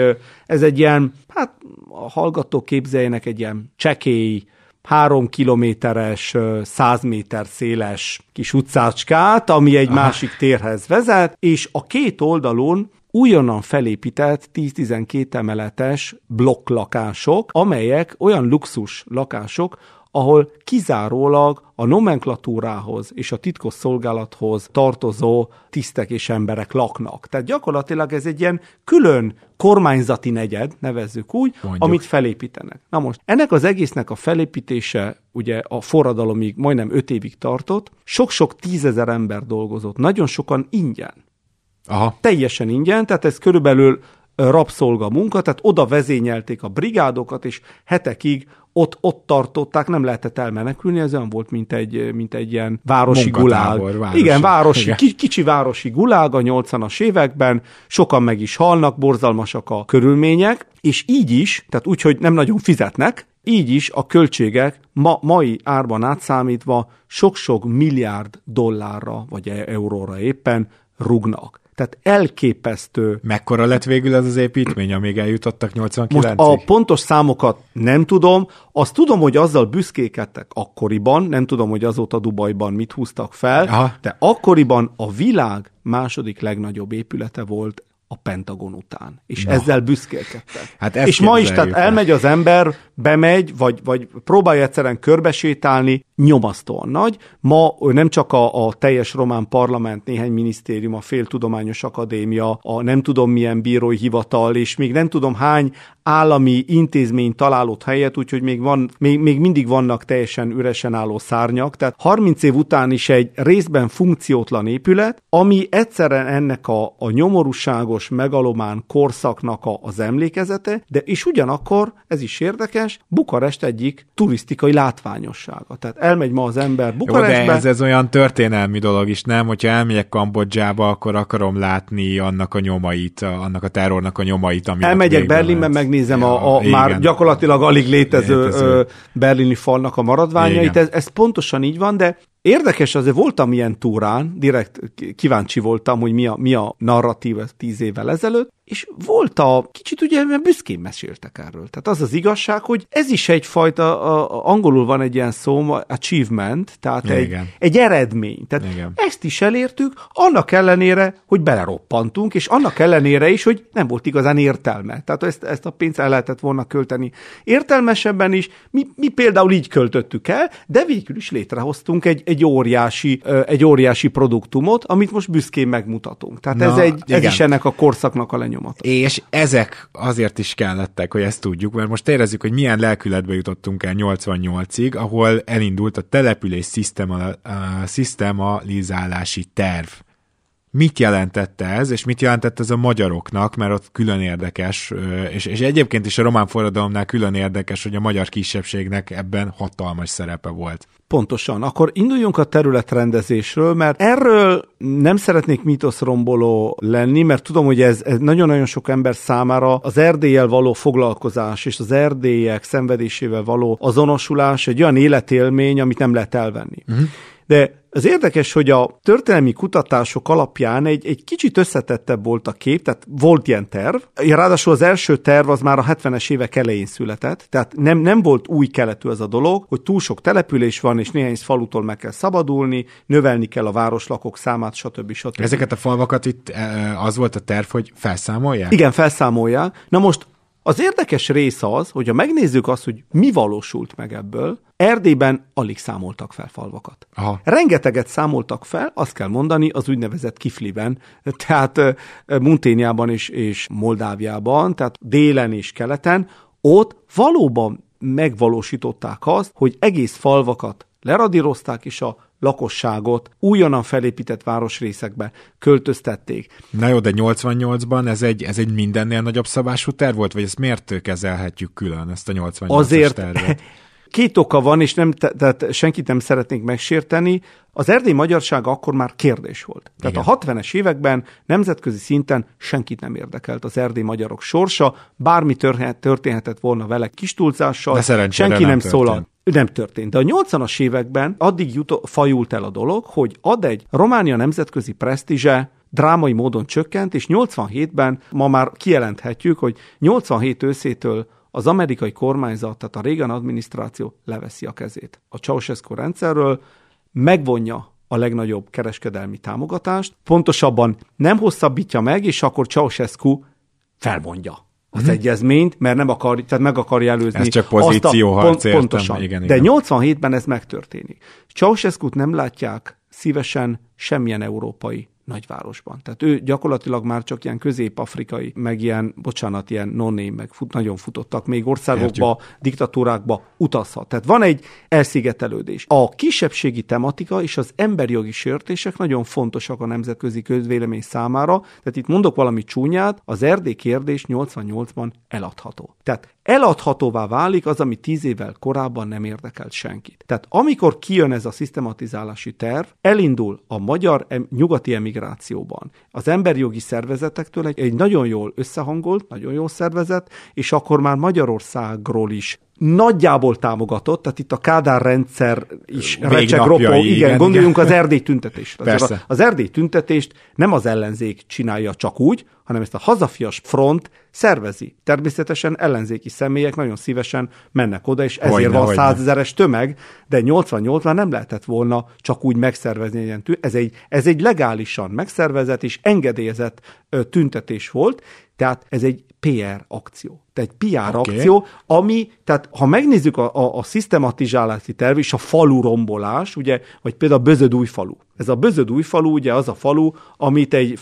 ez egy ilyen, hát a hallgatók képzeljenek egy ilyen csekély, 3 kilométeres, 100 méter széles kis utcácskát, ami egy másik térhez vezet, és a két oldalon újonnan felépített 10-12 emeletes blokklakások, amelyek olyan luxus lakások, ahol kizárólag a nomenklatúrához és a titkosszolgálathoz tartozó tisztek és emberek laknak. Tehát gyakorlatilag ez egy ilyen külön kormányzati negyed, nevezzük úgy, amit felépítenek. Na most, ennek az egésznek a felépítése ugye a forradalomig majdnem 5 évig tartott, sok-sok 10 000 ember dolgozott, nagyon sokan ingyen. Teljesen ingyen, tehát ez körülbelül rabszolga munka, tehát oda vezényelték a brigádokat, és hetekig ott tartották, nem lehetett elmenekülni, ez olyan volt, mint egy ilyen városi gulág. Igen, kicsi városi gulág a 80-as években, sokan meg is halnak, borzalmasak a körülmények, és így is, tehát úgy, hogy nem nagyon fizetnek, így is a költségek mai árban átszámítva sok-sok milliárd dollárra, vagy euróra éppen rugnak. Tehát elképesztő. Mekkora lett végül ez az építmény, amíg eljutottak 89-ig? Most a pontos számokat nem tudom. Azt tudom, hogy azzal büszkékedtek akkoriban, nem tudom, hogy azóta Dubajban mit húztak fel, de akkoriban a világ második legnagyobb épülete volt a Pentagon után. És ezzel büszkélkedtek. Hát és ma is, tehát elmegy az ember, bemegy, vagy próbálja egyszerűen körbesétálni, nyomasztóan nagy. Ma nem csak a teljes román parlament, néhány minisztérium, a féltudományos akadémia, a nem tudom milyen bírói hivatal, és még nem tudom hány állami intézmény találott helyet, úgyhogy még mindig vannak teljesen üresen álló szárnyak. Tehát 30 év után is egy részben funkciótlan épület, ami egyszerűen ennek a nyomorúságos, megalomán korszaknak az emlékezete, de és ugyanakkor, ez is érdekes, Bukarest egyik turisztikai látványossága. Tehát elmegy ma az ember Bukarestbe. Jó, de ez olyan történelmi dolog is, nem? Hogyha elmegyek Kambodzsába, akkor akarom látni annak a nyomait, annak a terrornak a nyomait, ami elmegyek Berlinbe, megnézem már gyakorlatilag alig létező berlini falnak a maradványait. Ez pontosan így van, de érdekes, azért voltam ilyen túrán, direkt kíváncsi voltam, hogy mi a narratíva 10 évvel ezelőtt, és volt kicsit ugye, mert büszkén meséltek erről. Tehát az az igazság, hogy ez is egyfajta, angolul van egy ilyen szó, achievement, tehát egy eredmény. Tehát ezt is elértük, annak ellenére, hogy beleroppantunk, és annak ellenére is, hogy nem volt igazán értelme. Tehát ezt a pénzt el lehetett volna költeni értelmesebben is. Mi például így költöttük el, de végül is létrehoztunk egy óriási produktumot, amit most büszkén megmutatunk. Tehát ez is ennek a korszaknak a lenyomata. És ezek azért is kellettek, hogy ezt tudjuk, mert most érezzük, hogy milyen lelkületbe jutottunk el 88-ig, ahol elindult a település szisztemalizálási terv. Mit jelentette ez, és mit jelentett ez a magyaroknak, mert ott külön érdekes, és egyébként is a román forradalomnál külön érdekes, hogy a magyar kisebbségnek ebben hatalmas szerepe volt. Pontosan. Akkor induljunk a területrendezésről, mert erről nem szeretnék mítoszromboló lenni, mert tudom, hogy ez nagyon-nagyon sok ember számára az Erdéllyel való foglalkozás és az erdélyek szenvedésével való azonosulás egy olyan életélmény, amit nem lehet elvenni. De az érdekes, hogy a történelmi kutatások alapján egy kicsit összetettebb volt a kép, tehát volt ilyen terv. Ráadásul az első terv az már a 70-es évek elején született, tehát nem volt új keletű ez a dolog, hogy túl sok település van, és néhány falutól meg kell szabadulni, növelni kell a városlakók számát, stb. Ezeket a falvakat itt az volt a terv, hogy felszámolják? Igen, felszámolják. Na most Az érdekes rész az, hogyha megnézzük azt, hogy mi valósult meg ebből, Erdélyben alig számoltak fel falvakat. Aha. Rengeteget számoltak fel, azt kell mondani, az úgynevezett Kifliben, tehát Munténiában és Moldáviában, tehát délen és keleten, ott valóban megvalósították azt, hogy egész falvakat leradírozták, és a lakosságot újonnan felépített városrészekbe költöztették. Na jó, de 88-ban ez egy mindennél nagyobb szabású terv volt, vagy ezt miért kezelhetjük külön, ezt a 88-as tervet? Két oka van, és tehát senkit nem szeretnék megsérteni. Az erdélyi magyarság akkor már kérdés volt. Tehát igen. A 70-es években nemzetközi szinten senkit nem érdekelt az erdélyi magyarok sorsa, bármi történhetett volna vele kis túlzással, senki nem szólalt. Nem történt. De a 80-as években addig fajult el a dolog, hogy egy Románia nemzetközi presztízse drámai módon csökkent, és 87-ben ma már kijelenthetjük, hogy 87 őszétől az amerikai kormányzat, tehát a Reagan adminisztráció leveszi a kezét a Ceausescu rendszerről, megvonja a legnagyobb kereskedelmi támogatást, pontosabban nem hosszabbítja meg, és akkor Ceausescu felmondja az egyezményt, mert nem akar, tehát meg akarja előzni. Ez csak pozícióharc, értem. Pontosan. Igen. De 87-ben ez megtörténik. Ceausescut nem látják szívesen semmilyen európai nagyvárosban. Tehát ő gyakorlatilag már csak ilyen közép-afrikai, meg ilyen non-name, meg nagyon futottak még országokba, diktatúrákba utazhat. Tehát van egy elszigetelődés. A kisebbségi tematika és az emberi jogi sértések nagyon fontosak a nemzetközi közvélemény számára. Tehát itt mondok valami csúnyát, az Erdély kérdés 88-ban eladható. Tehát eladhatóvá válik az, ami 10 évvel korábban nem érdekelt senkit. Tehát amikor kijön ez a szisztematizálási terv, elindul a magyar nyugati emigrációban az emberjogi szervezetektől egy nagyon jól összehangolt, nagyon jól szervezet, és akkor már Magyarországról is nagyjából támogatott, tehát itt a Kádár rendszer is recseg ropó. Igen, gondoljunk az Erdély tüntetésre. Az Erdély tüntetést nem az ellenzék csinálja csak úgy, hanem ezt a hazafias front szervezi. Természetesen ellenzéki személyek nagyon szívesen mennek oda, és ezért van 100 000-es tömeg, de 88-ban nem lehetett volna csak úgy megszervezni ilyen ez egy legálisan megszervezett és engedélyezett tüntetés volt, tehát ez egy PR akció. Tehát egy PR akció, ami, tehát ha megnézzük a szisztematizálási terv és a falu rombolás, ugye, vagy például a Bözödújfalu. Ez a Bözödújfalu, ugye az a falu, amit egy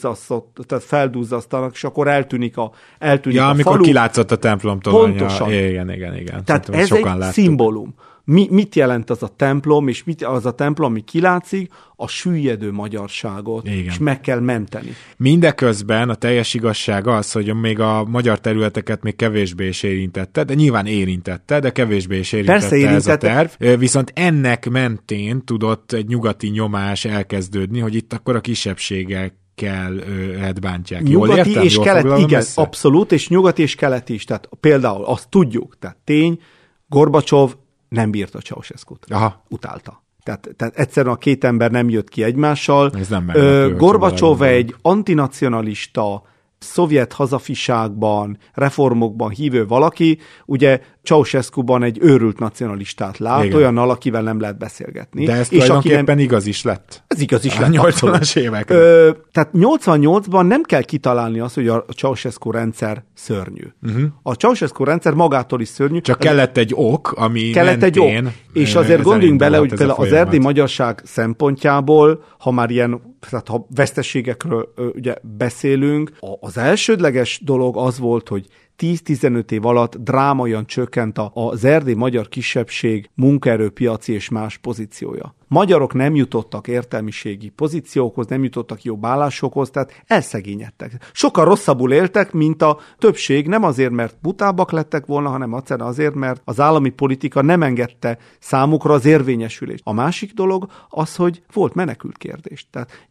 feldúzzasztanak, és akkor eltűnik a falu. Amikor kilátszott a templomtól. Pontosan. Igen. Tehát ez egy szimbólum. Mit jelent az a templom, és mit az a templom, ami kilátszik? A süllyedő magyarságot, igen. És meg kell menteni. Mindeközben a teljes igazság az, hogy még a magyar területeket még kevésbé is érintette, de nyilván érintette, de kevésbé is érintette ez a terv. Viszont ennek mentén tudott egy nyugati nyomás elkezdődni, hogy itt akkor a kisebbségekkel bántják. Nyugati és kelet, igen, abszolút, és nyugati és kelet is. Tehát például azt tudjuk, tehát tény, Gorbacsov nem bírta Ceausescut. Utálta. Tehát egyszerűen a két ember nem jött ki egymással. Gorbacsov egy antinacionalista, szovjet hazafiságban, reformokban hívő valaki, ugye Ceausescuban egy őrült nacionalistát lát, igen. Olyannal, akivel nem lehet beszélgetni. De ez tulajdonképpen igaz is lett. Ez igaz is lett. 80-as évekre. Tehát 88-ban nem kell kitalálni azt, hogy a Ceausescu rendszer szörnyű. A Ceausescu rendszer magától is szörnyű. Csak kellett egy ok, ami mentén... És azért gondoljunk bele, hogy például az erdélyi magyarság szempontjából, ha már ilyen, tehát ha veszteségekről ugye beszélünk, az elsődleges dolog az volt, hogy 10-15 év alatt drámaian csökkent az erdélyi magyar kisebbség munkaerőpiaci és más pozíciója. Magyarok nem jutottak értelmiségi pozíciókhoz, nem jutottak jobb állásokhoz, tehát elszegényedtek. Sokkal rosszabbul éltek, mint a többség, nem azért, mert butábbak lettek volna, hanem azért, mert az állami politika nem engedte számukra az érvényesülést. A másik dolog az, hogy volt menekült kérdés. Tehát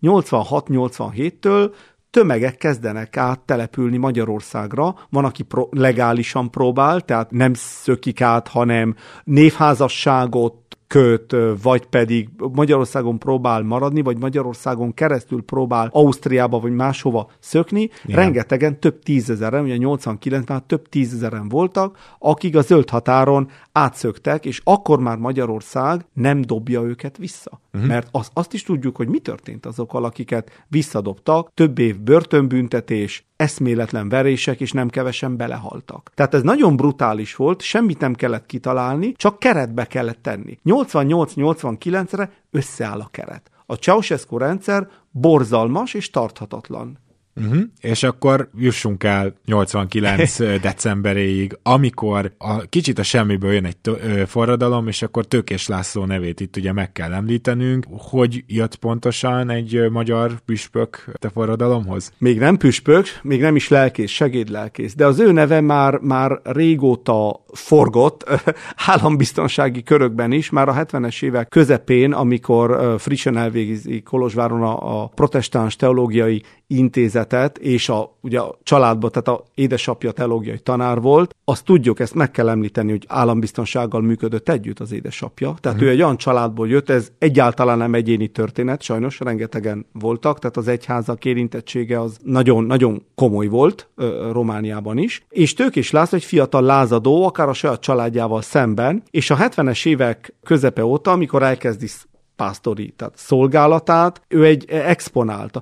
86-87-től tömegek kezdenek át települni Magyarországra. Van, aki legálisan próbál, tehát nem szökik át, hanem névházasságot köt, vagy pedig Magyarországon próbál maradni, vagy Magyarországon keresztül próbál Ausztriába, vagy máshova szökni. Igen. Rengetegen, több tízezeren, ugye 89-ben több tízezeren voltak, akik a zöld határon átszöktek, és akkor már Magyarország nem dobja őket vissza. Mert azt is tudjuk, hogy mi történt azokkal, akiket visszadobtak, több év börtönbüntetés, eszméletlen verések, és nem kevesen belehaltak. Tehát ez nagyon brutális volt, semmit nem kellett kitalálni, csak keretbe kellett tenni. 88-89-re összeáll a keret. A Ceausescu rendszer borzalmas és tarthatatlan. És akkor jussunk el 89 decemberéig, amikor kicsit a semmiből jön egy forradalom, és akkor Tőkés László nevét itt ugye meg kell említenünk. Hogy jött pontosan egy magyar püspök a forradalomhoz? Még nem püspök, még nem is lelkész, segédlelkész, de az ő neve már régóta forgott állambiztonsági körökben is, már a 70-es évek közepén, amikor frissen elvégzi Kolozsváron a protestáns teológiai intézetet, és ugye a családban, tehát a édesapja teológiai tanár volt, azt tudjuk, ezt meg kell említeni, hogy állambiztonsággal működött együtt az édesapja. Tehát ő egy olyan családból jött, ez egyáltalán nem egyéni történet, sajnos rengetegen voltak, tehát az egyházak érintettsége az nagyon komoly volt Romániában is. És Tőkés László egy fiatal lázadó, akár a saját családjával szemben, és a 70-es évek közepe óta, amikor elkezdi pásztori, tehát szolgálatát, ő egy exponálta.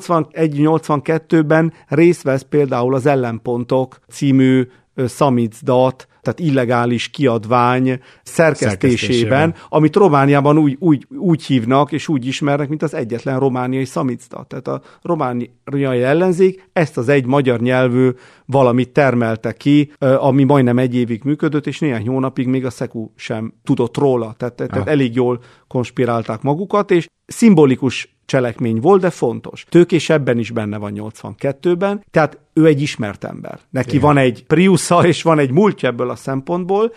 81-82-ben részt vesz például az Ellenpontok című szamizdat, tehát illegális kiadvány szerkesztésében, amit Romániában úgy hívnak és úgy ismernek, mint az egyetlen romániai szamizdat. Tehát a romániai ellenzék ezt az egy magyar nyelvű valamit termelte ki, ami majdnem egy évig működött, és néhány hónapig még a SZEKU sem tudott róla. Tehát elég jól konspirálták magukat, és szimbolikus cselekmény volt, de fontos. Tőkés ebben is benne van 82-ben, tehát ő egy ismert ember. Neki van egy Priusza, és van egy múltja ebből a szempontból.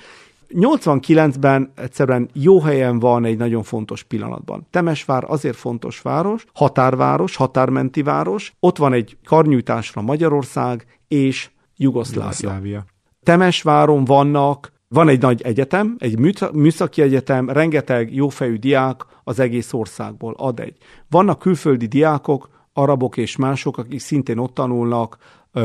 89-ben egyszerűen jó helyen van egy nagyon fontos pillanatban. Temesvár azért fontos város, határváros, határmenti város, ott van egy karnyújtásra Magyarország és Jugoszlávia. Temesváron van egy nagy egyetem, egy műszaki egyetem, rengeteg jófejű diák az egész országból ad egy. Vannak külföldi diákok, arabok és mások, akik szintén ott tanulnak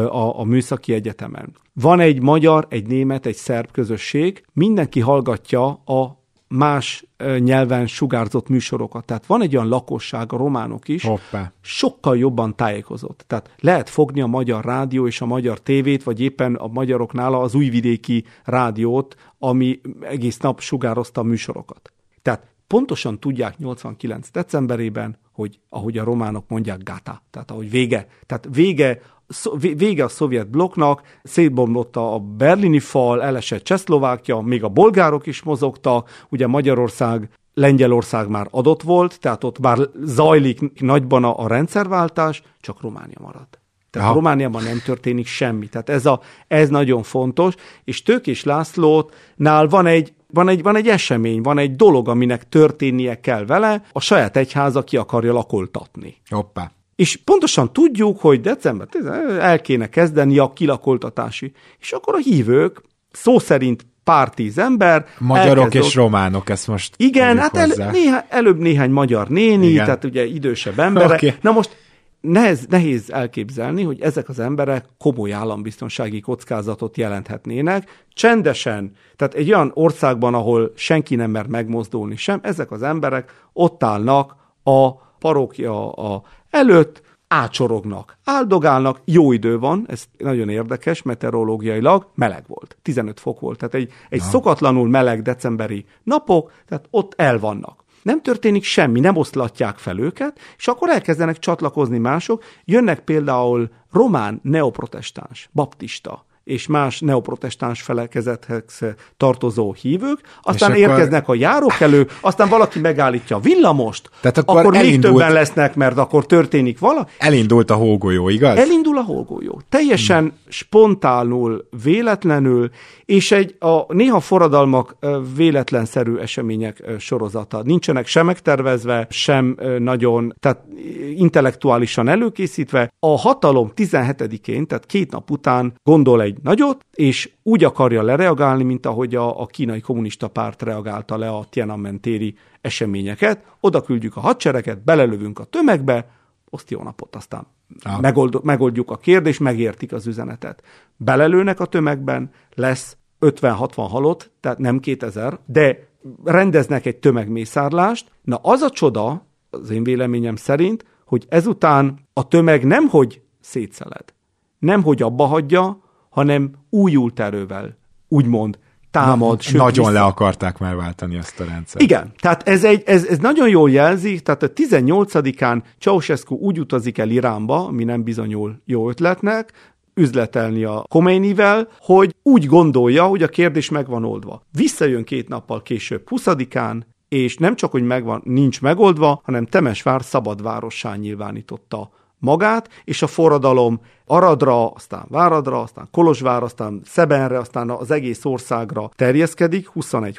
a műszaki egyetemen. Van egy magyar, egy német, egy szerb közösség, mindenki hallgatja a más nyelven sugárzott műsorokat. Tehát van egy olyan lakosság, a románok is, sokkal jobban tájékozott. Tehát lehet fogni a magyar rádió és a magyar tévét, vagy éppen a magyaroknál az újvidéki rádiót, ami egész nap sugározta a műsorokat. Tehát pontosan tudják 89 decemberében, hogy ahogy a románok mondják, gata, tehát ahogy vége. Tehát vége a szovjet blokknak, szétbomlott a berlini fal, elesett Csehszlovákia, még a bolgárok is mozogtak, ugye Magyarország, Lengyelország már adott volt, tehát ott már zajlik nagyban a rendszerváltás, csak Románia maradt. Tehát Romániában nem történik semmi. Tehát ez nagyon fontos, és Tőkés Lászlónál van egy esemény, van egy dolog, aminek történnie kell vele, a saját egyháza ki akarja lakoltatni. Hoppá. És pontosan tudjuk, hogy december 10 el kéne kezdeni a kilakoltatási. És akkor a hívők, szó szerint pár tíz ember. Magyarok és románok, ezt most igen, hát előbb néhány magyar néni, igen. Tehát ugye idősebb emberek. Okay. Na most nehéz elképzelni, hogy ezek az emberek komoly állambiztonsági kockázatot jelenthetnének. Csendesen, tehát egy olyan országban, ahol senki nem mer megmozdulni sem, ezek az emberek ott állnak a parókia előtt, ácsorognak, áldogálnak, jó idő van, ez nagyon érdekes, meteorológiailag meleg volt, 15 fok volt, tehát egy szokatlanul meleg decemberi napok, tehát ott el vannak. Nem történik semmi, nem oszlatják fel őket, és akkor elkezdenek csatlakozni mások, jönnek például román neoprotestáns, baptista, és más neoprotestáns felekezethez tartozó hívők, aztán érkeznek a járókelők, aztán valaki megállítja a villamost, tehát akkor még többen lesznek, mert akkor történik valami. Elindult a hógolyó, igaz? Elindul a hógolyó. Teljesen spontánul, véletlenül, és néha forradalmak véletlenszerű események sorozata. Nincsenek sem megtervezve, sem nagyon, tehát intellektuálisan előkészítve. A hatalom 17-én, tehát 2 nap után gondol egy nagyot, és úgy akarja lereagálni, mint ahogy a kínai kommunista párt reagálta le a Tiananmen téri eseményeket. Oda küldjük a hadsereget, belelövünk a tömegbe, azt jó napot, aztán megoldjuk a kérdést, megértik az üzenetet. Belelőnek a tömegben, lesz 50-60 halott, tehát nem 2000, de rendeznek egy tömegmészárlást. Na az a csoda, az én véleményem szerint, hogy ezután a tömeg nemhogy szétszeled, nemhogy abba hagyja, hanem újult erővel, úgymond támad. Nagyon le akarták már váltani ezt a rendszert. Igen, tehát ez nagyon jól jelzi, tehát a 18-án Ceausescu úgy utazik el Iránba, ami nem bizonyul jó ötletnek, üzletelni a Khomeinivel, hogy úgy gondolja, hogy a kérdés meg van oldva. Visszajön 2 nappal később 20-án, és nem csak, hogy nincs megoldva, hanem Temesvár szabadvárossá nyilvánította magát, és a forradalom Aradra, aztán Váradra, aztán Kolozsvárra, aztán Szebenre, aztán az egész országra terjeszkedik,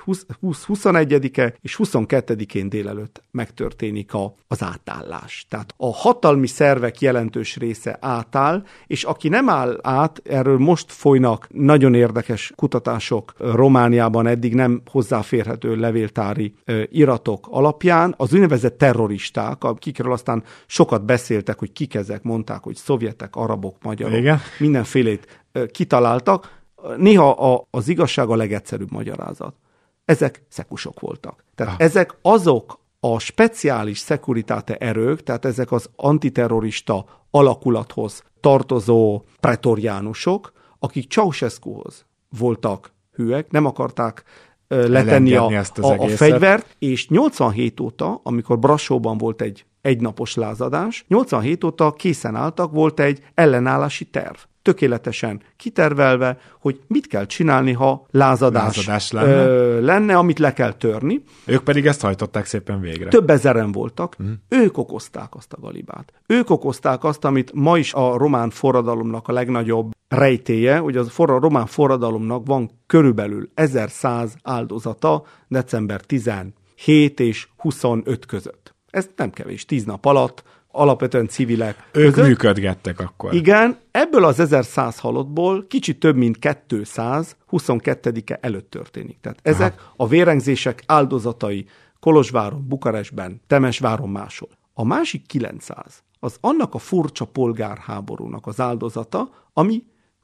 21-e és 22-én délelőtt megtörténik az átállás. Tehát a hatalmi szervek jelentős része átáll, és aki nem áll át, erről most folynak nagyon érdekes kutatások Romániában, eddig nem hozzáférhető levéltári iratok alapján, az úgynevezett terroristák, akikről aztán sokat beszéltek, hogy kik ezek, mondták, hogy szovjetek, arabok, magyarok, igen, mindenfélét kitaláltak. Néha az igazság a legegyszerűbb magyarázat. Ezek szekusok voltak. Tehát ezek azok a speciális szekuritáte erők, tehát ezek az antiterrorista alakulathoz tartozó pretoriánusok, akik Ceausescuhoz voltak hűek, nem akarták letenni a fegyvert, és 87 óta, amikor Brassóban volt egy egynapos lázadás, 87 óta készen álltak, volt egy ellenállási terv. Tökéletesen kitervelve, hogy mit kell csinálni, ha lázadás lenne, amit le kell törni. Ők pedig ezt hajtották szépen végre. Több ezeren voltak. Ők okozták azt a galibát. Ők okozták azt, amit ma is a román forradalomnak a legnagyobb rejtélye, hogy a román forradalomnak van körülbelül 1100 áldozata december 17 és 25 között. Ez nem kevés, 10 nap alatt, alapvetően civilek között. Ők működgettek akkor. Igen, ebből az 1100 halottból kicsit több mint 200 22-e előtt történik. Tehát ezek a vérengzések áldozatai Kolozsváron, Bukarestben, Temesváron, máshol. A másik 900 az annak a furcsa polgárháborúnak az áldozata, ami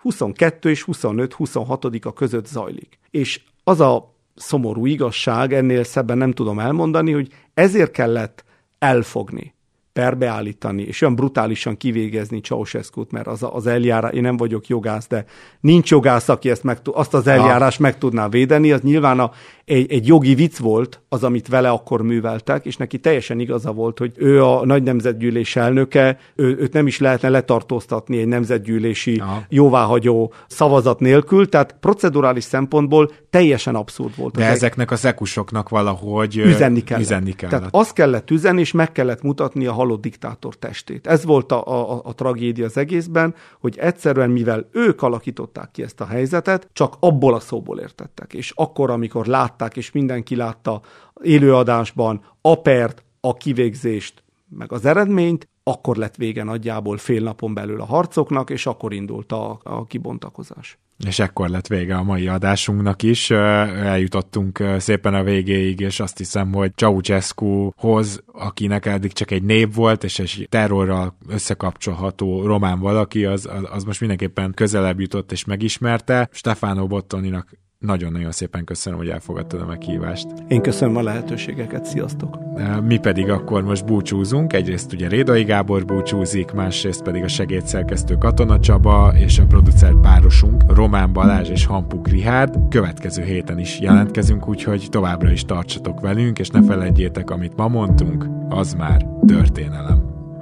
22 és 25-26-a között zajlik. És az a szomorú igazság, ennél szebben nem tudom elmondani, hogy ezért kellett elfogni, perbeállítani, és olyan brutálisan kivégezni Ceausescut, mert az eljárás, én nem vagyok jogász, de nincs jogász, aki azt az eljárást meg tudná védeni, az nyilván egy jogi vicc volt az, amit vele akkor műveltek, és neki teljesen igaza volt, hogy ő a nagy nemzetgyűlés elnöke, őt nem is lehetne letartóztatni egy nemzetgyűlési jóváhagyó szavazat nélkül, tehát procedurális szempontból teljesen abszurd volt. De ezeknek a szekusoknak valahogy üzenni kellett. Tehát azt kellett üzenni, és meg kellett mutatni a halott diktátor testét. Ez volt a tragédia az egészben, hogy egyszerűen, mivel ők alakították ki ezt a helyzetet, csak abból a szóból értettek. És akkor, amikor látták, és mindenki látta élőadásban a pert, a kivégzést, meg az eredményt, akkor lett vége nagyjából fél napon belül a harcoknak, és akkor indult a kibontakozás. És ekkor lett vége a mai adásunknak is. Eljutottunk szépen a végéig, és azt hiszem, hogy Ceausescuhoz, akinek eddig csak egy név volt, és egy terrorral összekapcsolható román valaki, az most mindenképpen közelebb jutott és megismerte. Stefano Bottoninak nagyon-nagyon szépen köszönöm, hogy elfogadtad a meghívást. Én köszönöm a lehetőségeket, sziasztok! Mi pedig akkor most búcsúzunk, egyrészt ugye Rédai Gábor búcsúzik, másrészt pedig a segédszerkesztő Katona Csaba és a producer párosunk Román Balázs és Hampuk Richárd. Következő héten is jelentkezünk, úgyhogy továbbra is tartsatok velünk, és ne feledjétek, amit ma mondtunk, az már történelem.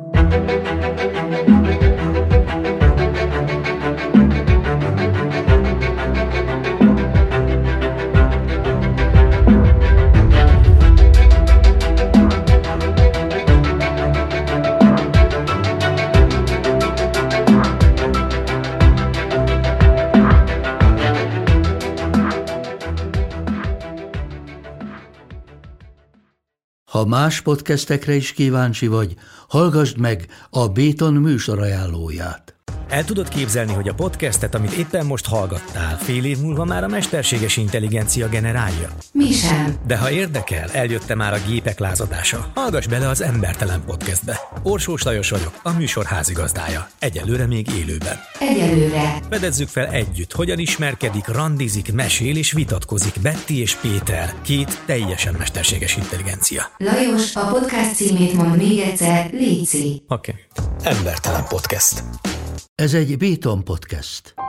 Ha más podcastekre is kíváncsi vagy, hallgassd meg a Béton műsor ajánlóját. El tudod képzelni, hogy a podcastet, amit éppen most hallgattál, fél év múlva már a mesterséges intelligencia generálja? Mi sem. De ha érdekel, eljött már a gépek lázadása. Hallgass bele az Embertelen Podcastbe. Orsós Lajos vagyok, a műsor házigazdája. Egyelőre még élőben. Egyelőre. Fedezzük fel együtt, hogyan ismerkedik, randizik, mesél és vitatkozik Betty és Péter, két teljesen mesterséges intelligencia. Lajos, a podcast címét mondd még egyszer, léci. Oké. Embertelen Podcast. Ez egy Béton Podcast.